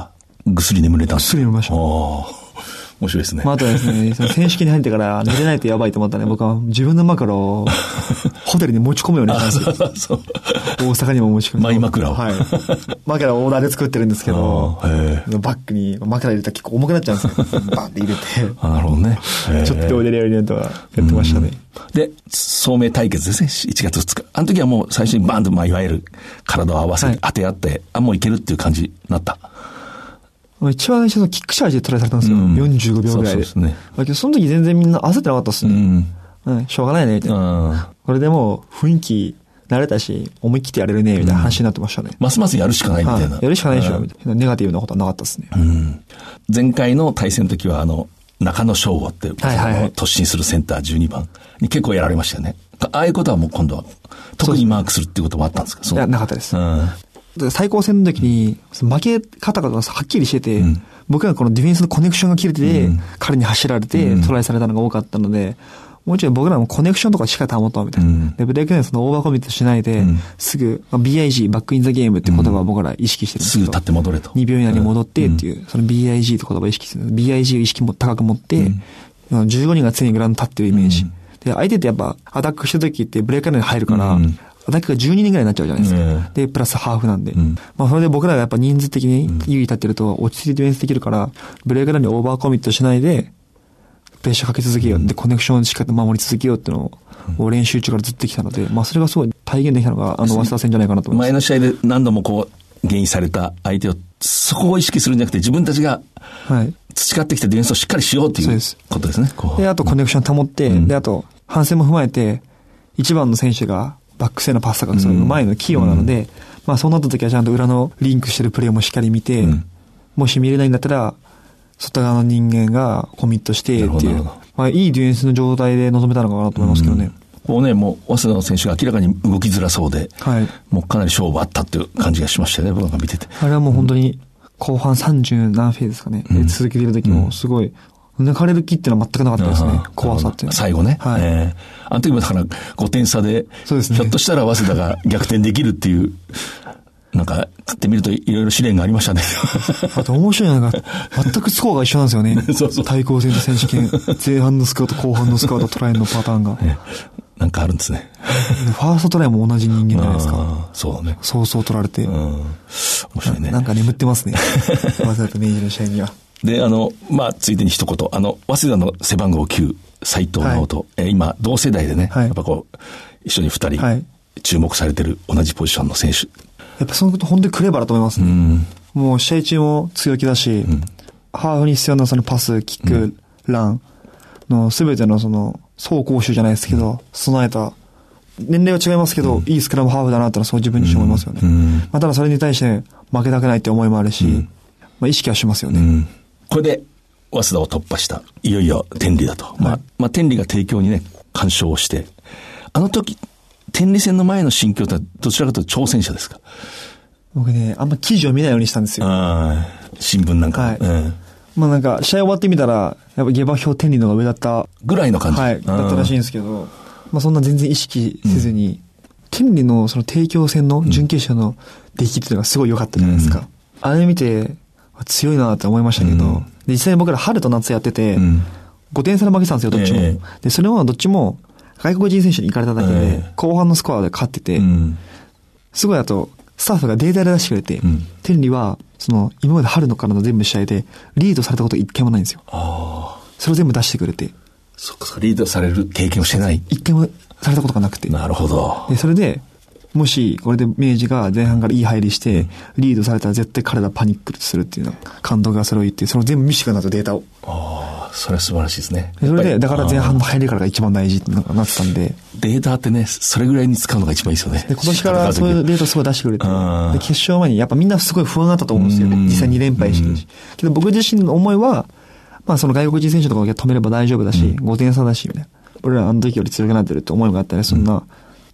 ぐっすり眠れたんですか？ ぐっすり眠れました。 面白いですね。 まあ、あとはですね、その選手権に入ってから寝れないとやばいと思ったね。僕は自分の枕をホテルに持ち込むようにしたんですよ。大阪にも持ち込む。 マイ枕を。 はい。枕をオーダーで作ってるんですけど、バッグに枕入れたら結構重くなっちゃうんですよ。バンって入れて。 あ、なるほどね。 ちょっと両手でやるとはやってましたね。 で、聡明対決ですね。いちがつふつか。あの時はもう最初にバンと、まあ、いわゆる体を合わせて当て合って、はい、あ、もういけるっていう感じになった。 一番最初のキックチャージでトライされたんですよ。うん、よんじゅうごびょうぐらいで。そうですね。だけどその時全然みんな焦ってなかったっすね。うん。うん、しょうがないね、みたいな。これでもう雰囲気慣れたし、思い切ってやれるね、みたいな話になってましたね。 うん、ますますやるしかないみたいな。 やるしかないでしょ、みたいな。ネガティブなことはなかったっすね。 うん。前回の対戦の時は、あの、中野翔吾って、はいはいはい、突進するセンターじゅうにばんに結構やられましたよね。ああいうことはもう今度は、特にマークするっていうこともあったんですか？ そういや、なかったです。うん。最高戦の時に、負け方がはっきりしてて、うん、僕はこのディフェンスのコネクションが切れてて、うん、彼に走られてトライされたのが多かったので、もうちょい僕らもコネクションとかしっかり保とうみたいな。うん、で、ブレイクダウンそのオーバーコミットしないで、うん、すぐ、ビーアイジー、バックインザゲームって言葉を僕ら意識してるんですけど、 すぐ立って戻れと。 にびょう以内に戻ってっていう、うん、その ビーアイジー って言葉を意識する。ビーアイジー を意識も高く持って、うん、じゅうごにんが常にグラウンド立ってるイメージ。うん、で、相手ってやっぱアタックした時ってブレイクダウンに入るから、うんアタックがじゅうににんぐらいになっちゃうじゃないですか。うん、で、プラスハーフなんで。うん、まあ、それで僕らがやっぱ人数的に優位立ってると落ち着いてディフェンスできるから、ブレイクダウンにオーバーコミットしないで、プレッシャーかけ続けよう。で、コネクションをしっかり守り続けようっていうのを練習中からずっときたので、まあ、それがすごい体現できたのが、あの、早稲田戦じゃないかなと思います。 前の試合で何度もこう、ゲインされた相手を、そこを意識するんじゃなくて、自分たちが、培ってきたディフェンスをしっかりしようっていうことですね。 で, で、あとコネクション保って、うん、で、あと、反省も踏まえて、一番の選手が、バックセのパスとかそういう前の器用なので、うん、まあそうなった時はちゃんと裏のリンクしてるプレーもしっかり見て、うん、もし見れないんだったら、外側の人間がコミットしてっていう、まあいいディフェンスの状態で臨めたのかなと思いますけどね。 うん、もうね、もう早稲田の選手が明らかに動きづらそうで、はい、もうかなり勝負あったっていう感じがしましたよね、僕が見てて。 あれはもう本当に後半さんじゅう何フェーズですかね、うん、続けてる時もすごい、抜かれる気っていうのは全くなかったですね。怖さっていう。 最後ね。はい。えー、あの時もだからごてん差で、そうですね。ひょっとしたら早稲田が逆転できるっていう、なんか、買ってみるといろいろ試練がありましたね。 あと面白いのが、全くスコアが一緒なんですよね。そうそう。対抗戦と選手権、前半のスコアと後半のスコアとトライのパターンが。えー、なんかあるんですね。 ファーストトライも同じ人間じゃないですか。 そうだね。 そうそう取られて。うん。面白いね。 なんか眠ってますね。早稲田と明治の試合には。 で、あの、まあ、ついでに一言、あの、早稲田の背番号きゅう、斉藤直人、はい、えー、今、同世代でね、はい、やっぱこう、一緒に二人、はい、注目されてる同じポジションの選手。 やっぱそのこと本当にクレバーだと思いますね。うん、もう試合中も強気だし、うん、ハーフに必要なそのパス、キック、うん、ランのすべてのその、走攻守じゃないですけど、うん、備えた、年齢は違いますけど、うん、いいスクラムハーフだなってのはそう自分自身思いますよね。うん、まあ、ただそれに対して負けたくないって思いもあるし、うん、まあ、意識はしますよね。うん、 これで、早稲田を突破した。いよいよ天理だと。はい、まあ、まあ、天理が帝京にね、干渉をして、あの時、天理戦の前の心境ってどちらかというと挑戦者ですか？ 僕ね、あんま記事を見ないようにしたんですよ。 あ新聞なんか。はい。うん、 まあなんか、試合終わってみたら、やっぱ下馬評天理の方が上だった。 ぐらいの感じ。 はい。だったらしいんですけど、まあそんな全然意識せずに、うん、天理のその帝京戦の準決勝の出来っていうのがすごい良かったじゃないですか。うん、あれ見て、強いなって思いましたけど、うん、で実際に僕ら春と夏やってて、うん、ごてん差で負けてたんですよ、どっちも。えー、で、それはどっちも外国人選手に行かれただけで、えー、後半のスコアで勝ってて、うん、すごいあと、スタッフがデータで出してくれて、うん、天理は、その、今まで春のからの全部試合で、リードされたこと一回もないんですよ。あそれを全部出してくれて。 そっか、リードされる経験をしてない。 一回もされたことがなくて。 なるほど。 で、それで、もし、これで明治が前半からいい入りして、リードされたら絶対彼らパニックするっていうの監督がそれを言って、それを全部見せてくれたとデータを。ああ、それは素晴らしいですね。 それで、だから前半の入りからが一番大事ってなってたんで。 データってね、それぐらいに使うのが一番いいですよね。 で、今年からそういうデータをすごい出してくれて。で、決勝前に、やっぱみんなすごい不安だったと思うんですよね。実際に連敗してるし。けど僕自身の思いは、まあその外国人選手とかが止めれば大丈夫だし、うん、ごてん差だし、みたいな。俺らあの時より強くなってるって思いがあったら、そんな、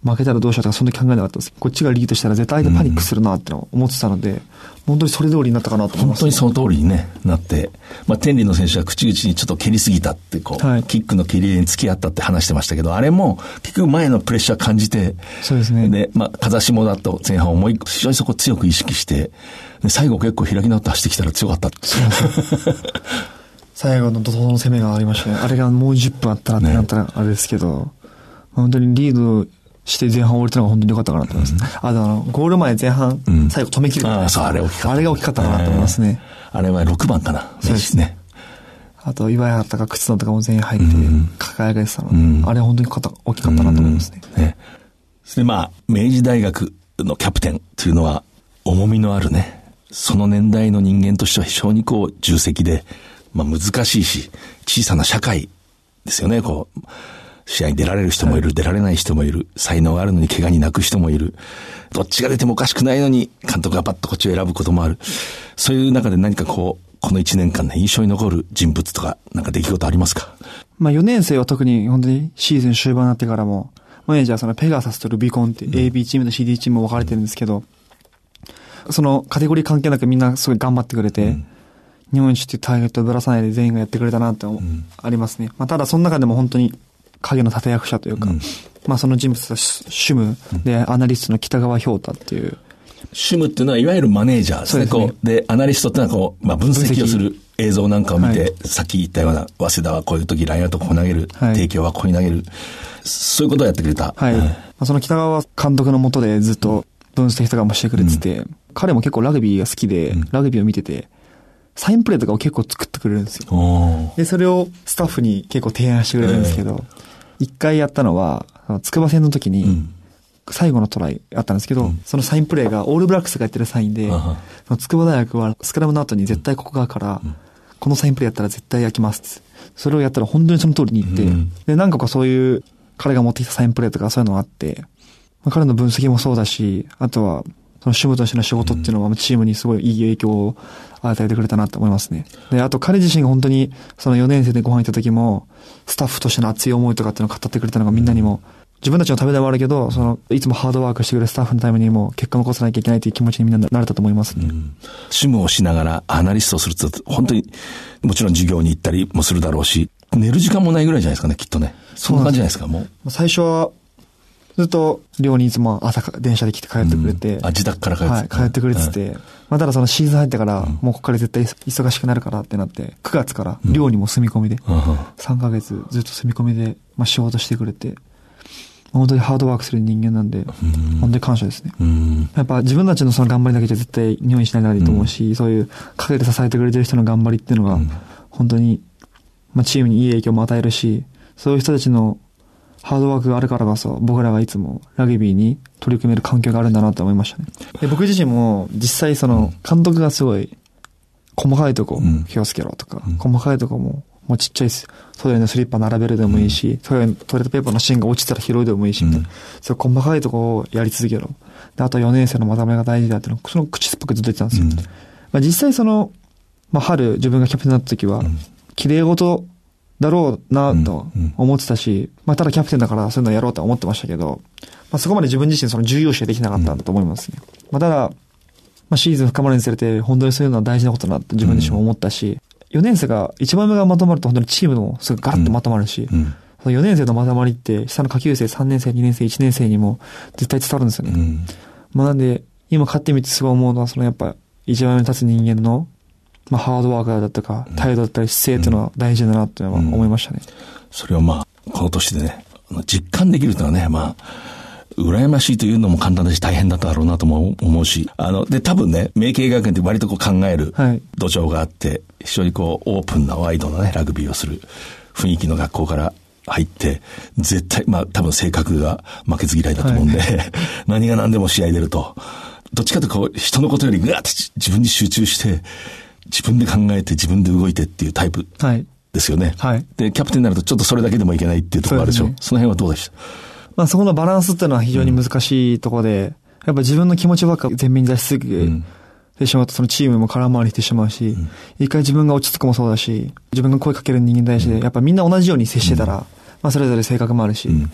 負けたらどうしようとかそんな考えなかったです。こっちがリードしたら絶対相手パニックするなってのを思ってたので、うん、本当にそれ通りになったかなと思います、ね。 本当にその通りに、ね、なって、まあ、天理の選手は口々にちょっと蹴りすぎたってこう、はい、キックの蹴りに付き合ったって話してましたけど、あれも結局前のプレッシャー感じて、 そうですね。 で、まあ、風下だと前半思い非常にそこ強く意識して、で最後結構開き直って走ってきたら強かった。 そうそう最後の怒涛の攻めがありましたね。あれがもうじゅっぷんあったらってなったらあれですけど、ね、本当にリードして前半終われたのが本当に良かったかなと思います、ね。うん、あのゴール前前半、うん、最後止めきる、 ああ、そう、あれ大きかった。 あれが大きかったかなと思いますね。 えー、あれはろくばんかな。 そうですね。あと岩井とか靴野とかも全員入って輝かれてたので、うん、あれは本当に大きかったなと思いますね。 うん、ね。で、まあ明治大学のキャプテンというのは重みのあるね、その年代の人間としては非常にこう重責で、まあ難しいし小さな社会ですよね。こう試合に出られる人もいる、はい、出られない人もいる、才能があるのに怪我に泣く人もいる、どっちが出てもおかしくないのに監督がパッとこっちを選ぶこともある。そういう中で何かこうこのいちねんかんね、印象に残る人物とかなんか出来事ありますか？ まあよねん生は特に本当にシーズン終盤になってからもマネージャーそのペガサスとルビコンって エービー チームと シーディー チームも分かれてるんですけど、そのカテゴリー関係なくみんなすごい頑張ってくれて、うん、日本一っていうターゲットをぶらさないで全員がやってくれたなって、うん、ありますね。まあただその中でも本当に影の立役者というか、うん、まあその人物はシュムでアナリストの北川氷太っていう、 シュムっていうのはいわゆるマネージャーですね。そうですね。こうでアナリストってのはこう、まあ、分析をする映像なんかを見て、はい、さっき言ったような早稲田はこういう時ラインアウトこう投げる、はい、帝京はここに投げる、そういうことをやってくれた。 はい。うん、まあ、その北川監督の下でずっと分析とかもしてくれてて、うん、彼も結構ラグビーが好きで、うん、ラグビーを見ててサインプレーとかを結構作ってくれるんですよ。でそれをスタッフに結構提案してくれるんですけど、一、えー、回やったのは筑波戦の時に、うん、最後のトライあったんですけど、うん、そのサインプレーがオールブラックスがやってるサインで、その筑波大学はスクラムの後に絶対ここ側から、うん、このサインプレーやったら絶対焼きますって、それをやったら本当にその通りに言って、うん、で何個かそういう彼が持ってきたサインプレーとかそういうのがあって、まあ、彼の分析もそうだし、あとはその主務としての仕事っていうのはチームにすごいいい影響を与えてくれたなと思いますね。で、あと彼自身が本当にそのよねん生でご飯行った時もスタッフとしての熱い思いとかっていうのを語ってくれたのがみんなにも、自分たちのためでもあるけど、そのいつもハードワークしてくれるスタッフのためにも結果を残さなきゃいけないという気持ちにみんななれたと思いますね。うん、 シムをしながらアナリストをすると本当にもちろん授業に行ったりもするだろうし、寝る時間もないぐらいじゃないですかね、きっとね。そんな感じじゃないですか。もう最初はずっと寮にいつも朝電車で来て帰ってくれて、 うん、あ自宅から帰って、 はい、帰ってくれてて、うん、まあ、ただそのシーズン入ってから、うん、もうここから絶対忙しくなるからってなってくがつから寮にも住み込みで、うん、さんかげつずっと住み込みで、まあ、仕事してくれて、本当にハードワークする人間なんで、うん、本当に感謝ですね。うん、やっぱ自分たちのその頑張りだけじゃ絶対日本一にならないと思うし、うん、そういう陰で支えてくれてる人の頑張りっていうのが、うん、本当に、まあ、チームにいい影響も与えるし、そういう人たちのハードワークがあるからこそ僕らがいつもラグビーに取り組める環境があるんだなと思いましたね。で僕自身も実際その監督がすごい細かいとこ気をつけろとか、うん、細かいとこももうちっちゃいトイレのスリッパ並べるでもいいし、うん、トイレのトイレットペーパーの芯が落ちたら拾うでもいいしみたいな、うん、そういう細かいとこをやり続けろ。であとよねん生のまとめが大事だっていうのをその口酸っぱくずっと言ってたんですよ。うん、まあ、実際その、まあ、春自分がキャプテンになった時は、うん、綺麗事だろうなと思ってたし、うんうん、まあただキャプテンだからそういうのやろうとは思ってましたけど、まあそこまで自分自身その重要視ができなかったんだと思いますね。うん、まあただ、まあシーズン深まるにつれて本当にそういうのは大事なことだなって自分自身も思ったし、うん、よねん生がいちばんめがまとまると本当にチームもすぐガラッとまとまるし、うんうん、よねん生のまとまりって下の下級生さんねん生にねん生いちねん生にも絶対伝わるんですよね。うん、まあなんで今勝ってみてすごい思うのはそのやっぱいちばんめに立つ人間のまあ、ハードワーカーだとか態度だったり姿勢っていうのは大事だなっていうのは思いましたね。うんうん、 それをまあこの年でね実感できるというのはね、まあ羨ましいというのも簡単だし大変だっただろうなとも思うし、あので多分ね明慶学園って割とこう考える土壌があって、はい、非常にこうオープンなワイドなねラグビーをする雰囲気の学校から入って絶対まあ多分性格が負けず嫌いだと思うんで、はい、何が何でも試合出るとどっちかというとこう人のことよりぐわっと自分に集中して自分で考えて自分で動いてっていうタイプですよね。はいはい、でキャプテンになるとちょっとそれだけでもいけないっていうところがあるでしょ。 そ,、ね、その辺はどうでした？ まあそこのバランスっていうのは非常に難しいところで、うん、やっぱ自分の気持ちばっか前面に出しすぎてしまうとそのチームも空回りしてしまうし、うん、一回自分が落ち着くもそうだし自分が声かける人間に対してやっぱみんな同じように接してたら、うん、まあそれぞれ性格もあるし、うん、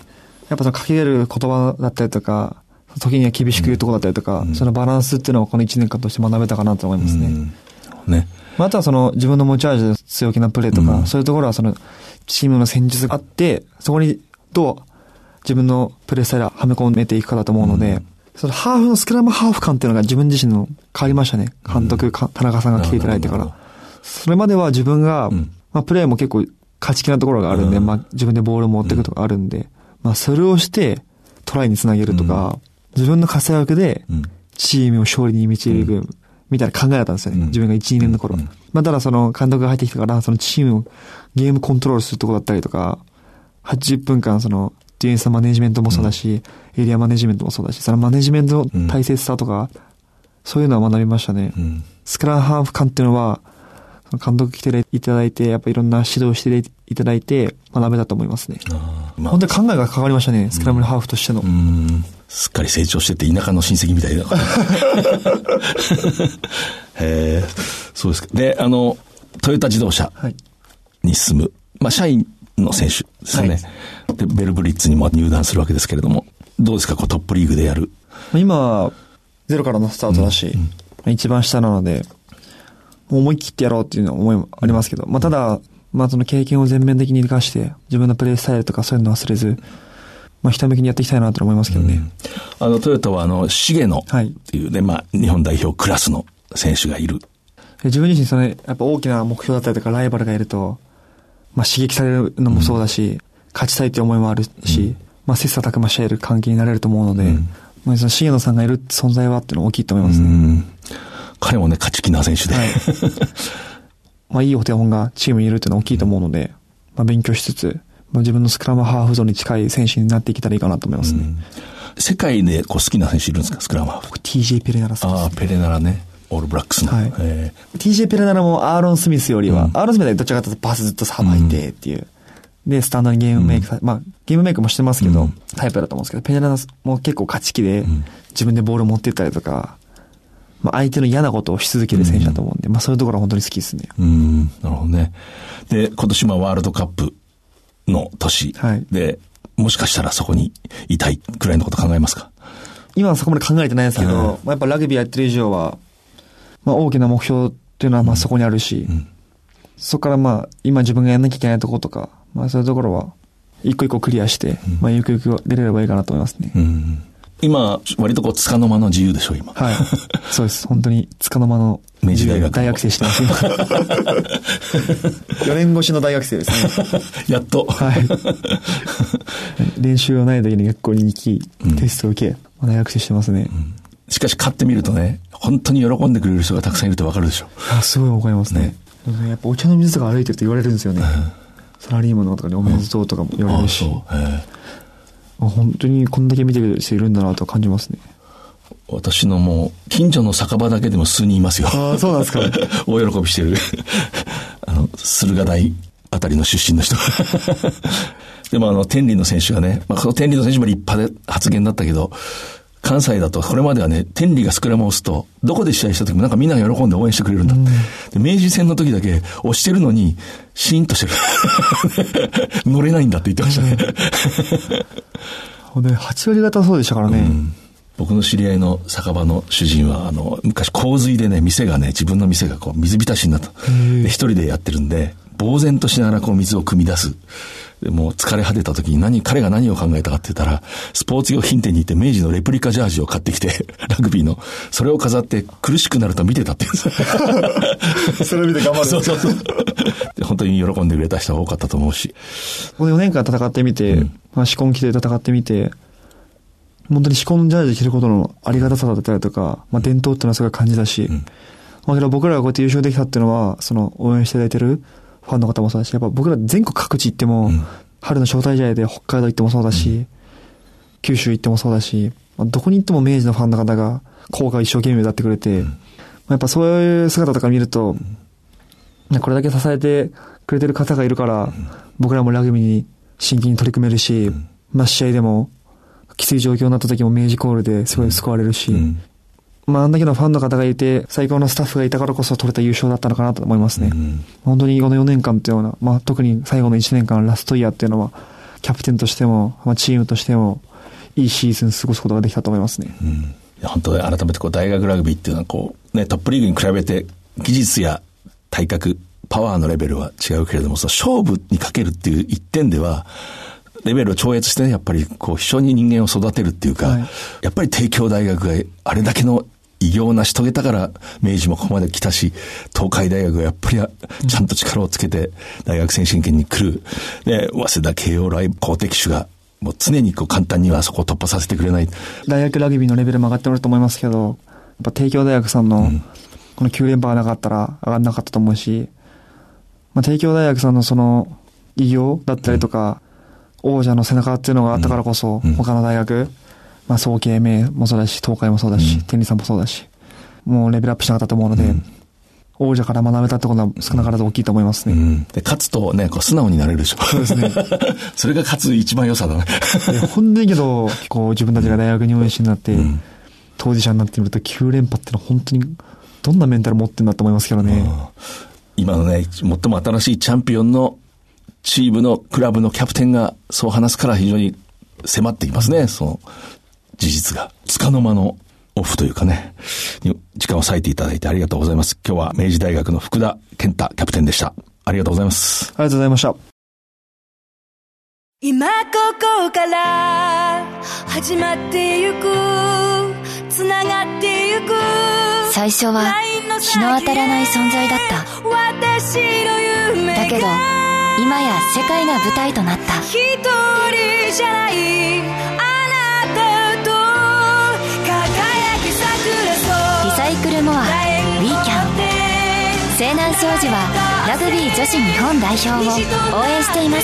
やっぱそのかける言葉だったりとか、時には厳しく言うところだったりとか、うん、そのバランスっていうのをこのいちねんかんとして学べたかなと思いますね。うんね。 まあ、あとはその自分の持ち味で強気なプレーとか、うん、そういうところはそのチームの戦術があって、そこにどう自分のプレースタイルをはめ込めていくかだと思うので、うん、そのハーフのスクラムハーフ感っていうのが自分自身の変わりましたね。監督、うん、田中さんが来ていただいてから。それまでは自分が、うん、まあ、プレーも結構勝ち気なところがあるんで、うん、まあ、自分でボールを持っていくとかあるんで、うん、まあ、それをしてトライにつなげるとか、うん、自分の活躍でチームを勝利に導く、うんみたいな考えだったんですよね。うん、自分がいち、にねんの頃。うん、まあ、ただその監督が入ってきたから、そのチームをゲームコントロールするところだったりとか、はちじゅっぷんかんそのディフェンスマネジメントもそうだし、うん、エリアマネジメントもそうだし、そのマネジメントの大切さとか、うん、そういうのは学びましたね。うん、スクラムハーフ感っていうのは、監督来ていただいて、やっぱいろんな指導していただいて学べたと思いますね。あまあ、本当に考えが変わりましたね、スクラムハーフとしての。 うんうんすっかり成長してて田舎の親戚みたいな。へーそうですか。で、あの、トヨタ自動車に進む、はい、まあ、社員の選手ですよね、はい。で、ベルブリッツにも入団するわけですけれども、どうですか、こうトップリーグでやる。 今、ゼロからのスタートだし、うんうん、一番下なので、思い切ってやろうっていうのは思いもありますけど、まあ、ただ、まあ、その経験を全面的に生かして、自分のプレースタイルとかそういうの忘れず、まあ、ひたむきにやっていきたいなと思いますけどね。うん、 あの、トヨタは、あの、重野っていうね、はい、まあ、日本代表クラスの選手がいる。 自分自身、その、やっぱ大きな目標だったりとか、ライバルがいると、まあ、刺激されるのもそうだし、うん、勝ちたいって思いもあるし、うん、まあ、切磋琢磨し合える関係になれると思うので、うん、まあ、その重野さんがいる存在はっていうのは大きいと思いますね。うん、 彼もね、勝ち気な選手で。はい、 まあ、いいお手本がチームにいるっていうのは大きいと思うので、まあ、勉強しつつ、自分のスクラムハーフゾーンに近い選手になっていけたらいいかなと思いますね。うん、 世界でこう好きな選手いるんですか、スクラムハーフ。 僕 ティージェー ペレナラさんです。 ああ、ペレナラね。オールブラックスの。はい、 えー、ティージェー ペレナラもアーロン・スミスよりは、うん、アーロン・スミスはどちらかというとパスずっとさばいてっていう。うん、で、スタンドにゲームメイク、うん、まあ、ゲームメイクもしてますけど、うん、タイプだと思うんですけど、ペレナラも結構勝ち気で、うん、自分でボール持っていったりとか、まあ、相手の嫌なことをし続ける選手だと思うんで、うん、まあ、そういうところは本当に好きですね。 うん、なるほどね。で、今年もワールドカップの年で、はい、もしかしたらそこにいたいくらいのこと考えますか？ 今はそこまで考えてないですけど、うんまあ、やっぱラグビーやってる以上は、まあ、大きな目標っていうのはまあそこにあるし、うん、そこからまあ今自分がやんなきゃいけないところとか、まあ、そういうところは一個一個クリアして、うん、まあ、ゆくゆく出れればいいかなと思いますね。うん、今割とこうつかの間の自由でしょ今。はい。そうです。本当につかの間の明治大学大学生してます今。よねん越しの大学生ですね。 やっと。はい。 練習をない時に学校に行き、うん、テストを受け、大学生してますね。うん、 しかし勝ってみるとね、本当に喜んでくれる人がたくさんいると分かるでしょ。 あ、すごいわかりますね。ねやっぱお茶の水とか歩いてると言われるんですよね。うん、サラリーマンの方とかにおめでとうとかも言われるし。うん、あそう。へ本当にこんだけ見てる人いるんだなと感じますね。 私のもう近所の酒場だけでも数人いますよ。 ああ、そうなんですか。 大喜びしてるあの駿河台あたりの出身の人。でもあの天理の選手がね、まあ、この天理の選手も立派で発言だったけど、関西だとこれまではね、天理がスクラムを押すとどこで試合した時もなんかみんなが喜んで応援してくれるんだ、うん、で明治戦の時だけ押してるのにシーンとしてる乗れないんだって言ってましたね。 ほんではち割方そうでしたからね。うん、 僕の知り合いの酒場の主人はあの昔洪水でね、店がね、自分の店がこう水浸しになった。で一人でやってるんで呆然としながらこう水を汲み出す。でもう疲れ果てた時に何彼が何を考えたかって言ったら、スポーツ用品店に行って明治のレプリカジャージを買ってきてラグビーのそれを飾って苦しくなると見てたって言うんです。 それを見て頑張る。 そうそうそう。で本当に喜んでくれた人が多かったと思うし、 このよねんかん戦ってみて、うんまあ、シコン着て戦ってみて、本当にシコンジャージ着ることのありがたさだったりとか、まあ、伝統っていうのはすごい感じたし、うんまあ、けど僕らがこうやって優勝できたっていうのは、その応援していただいてるファンの方もそうだし、やっぱ僕ら全国各地行っても、うん、春の招待試合で北海道行ってもそうだし、うん、九州行ってもそうだし、まあ、どこに行っても明治のファンの方が校歌を一生懸命歌ってくれて、うんまあ、やっぱそういう姿とか見ると、うん、これだけ支えてくれてる方がいるから、うん、僕らもラグビーに真剣に取り組めるし、うん、まあ試合でもきつい状況になった時も明治コールですごい救われるし、うん、まああんだけのファンの方がいて最高のスタッフがいたからこそ取れた優勝だったのかなと思いますね。うん、本当にこのよねんかんっていうような、まあ特に最後のいちねんかんラストイヤーっていうのはキャプテンとしても、まあ、チームとしてもいいシーズン過ごすことができたと思いますね。 うん、いや本当に改めてこう大学ラグビーっていうのはこう、ね、トップリーグに比べて技術や体格パワーのレベルは違うけれども、その勝負にかけるっていう一点ではレベルを超越してね、やっぱりこう非常に人間を育てるっていうか、はい、やっぱり帝京大学があれだけの偉業を成し遂げたから明治もここまで来たし、東海大学がやっぱりちゃんと力をつけて大学選手権に来る、で早稲田慶応来好敵手がもう常にこう簡単にはそこを突破させてくれない。 大学ラグビーのレベルも上がっておると思いますけど、やっぱ帝京大学さんのこのきゅう連覇がなかったら上がんなかったと思うし、まあ、帝京大学さんのその偉業だったりとか、うん、王者の背中っていうのがあったからこそ、うん、他の大学、まあ、総慶明もそうだし、東海もそうだし、うん、天理さんもそうだし、もうレベルアップしなかったと思うので、うん、王者から学べたってことは少なからず大きいと思いますね。うん、 で勝つとね、こう素直になれるでしょ。 そうですね。 それが勝つ一番良さだね。 本当にけど、こう自分たちが大学に応援しになって、うん、当事者になってみるときゅう連覇ってのは本当にどんなメンタル持ってるんだと思いますけどね。うん、 今のね、最も新しいチャンピオンのチームのクラブのキャプテンがそう話すから非常に迫ってきますね、その事実が。束の間のオフというかね、時間を割いていただいてありがとうございます。今日は明治大学の福田健太キャプテンでした。ありがとうございます。 ありがとうございました。 今ここから始まってゆく、つながってゆく。 最初は日の当たらない存在だった。 私の夢がだけど今や世界が舞台となった。 一人じゃないあなたと輝き桜そう。 リサイクルモアウィーキャン。西南商事はラグビー女子日本代表を応援しています。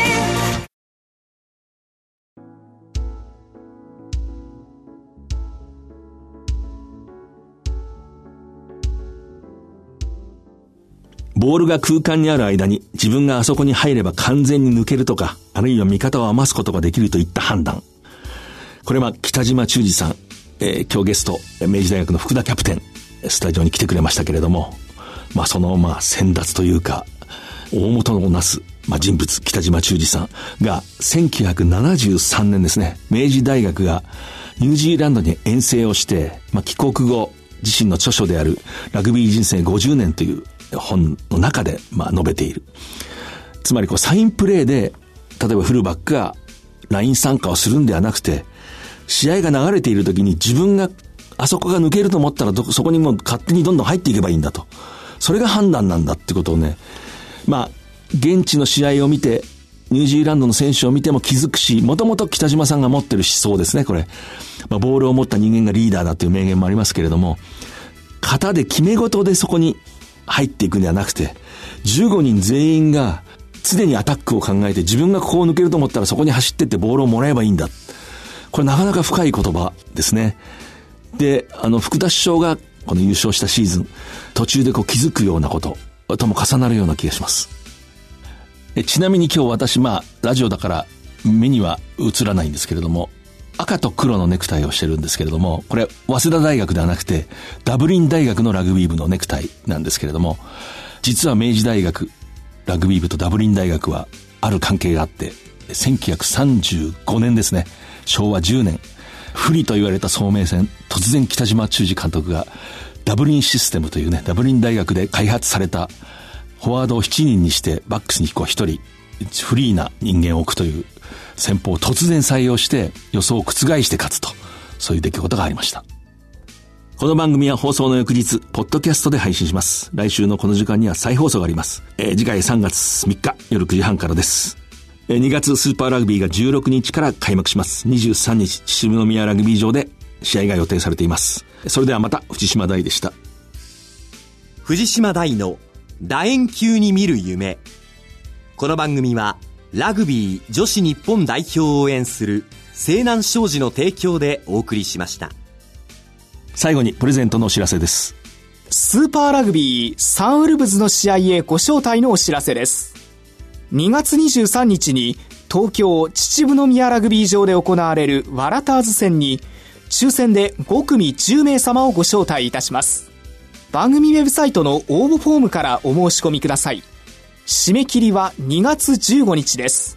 ボールが空間にある間に自分があそこに入れば完全に抜けるとか、あるいは味方を余すことができるといった判断。これは北島忠二さん、えー、今日ゲスト明治大学の福田キャプテンスタジオに来てくれましたけれども、まあそのまあ先達というか大元のなす、まあ、人物北島忠二さんがせんきゅうひゃくななじゅうさんねんですね、明治大学がニュージーランドに遠征をして、まあ、帰国後自身の著書であるラグビー人生ごじゅうねんという本の中でまあ述べている。つまりこうサインプレーで例えばフルバックがライン参加をするんではなくて、試合が流れている時に自分があそこが抜けると思ったらどそこにもう勝手にどんどん入っていけばいいんだと、それが判断なんだってことをね、まあ現地の試合を見てニュージーランドの選手を見ても気づくし、もともと北島さんが持ってる思想ですね、これ、まあ、ボールを持った人間がリーダーだという名言もありますけれども、型で決め事でそこに入っていくんではなくて、じゅうごにん全員が常にアタックを考えて、自分がここを抜けると思ったらそこに走ってってボールをもらえばいいんだ。これなかなか深い言葉ですね。で、あの福田首相がこの優勝したシーズン途中でこう気づくようなこととも重なるような気がします。えちなみに今日私、まあラジオだから目には映らないんですけれども、赤と黒のネクタイをしてるんですけれども、これ早稲田大学ではなくてダブリン大学のラグビー部のネクタイなんですけれども、実は明治大学ラグビー部とダブリン大学はある関係があって、せんきゅうひゃくさんじゅうごねんですね、しょうわじゅうねん、不利と言われた早明戦、突然北島忠二監督がダブリンシステムというね、ダブリン大学で開発されたフォワードをしちにんにしてバックスにこうひとりフリーな人間を置くという戦法を突然採用して予想を覆して勝つと、そういう出来事がありました。この番組は放送の翌日ポッドキャストで配信します。来週のこの時間には再放送があります。えー、次回さんがつみっか夜くじはんからです。えー、にがつスーパーラグビーがじゅうろくにちから開幕します。にじゅうさんにち秩父宮ラグビー場で試合が予定されています。それではまた。藤島大でした。 藤島大の楕円球に見る夢。この番組はラグビー女子日本代表を応援する西南商事の提供でお送りしました。 最後にプレゼントのお知らせです。 スーパーラグビーサンウルブズの試合へご招待のお知らせです。にがつにじゅうさんにちに東京秩父宮ラグビー場で行われるワラターズ戦に抽選でごくみじゅうめいさまをご招待いたします。番組ウェブサイトの応募フォームからお申し込みください。締め切りはにがつじゅうごにちです。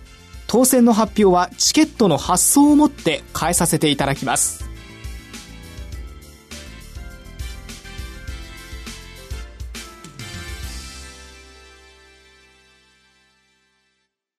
当選の発表はチケットの発送をもって変えさせていただきます。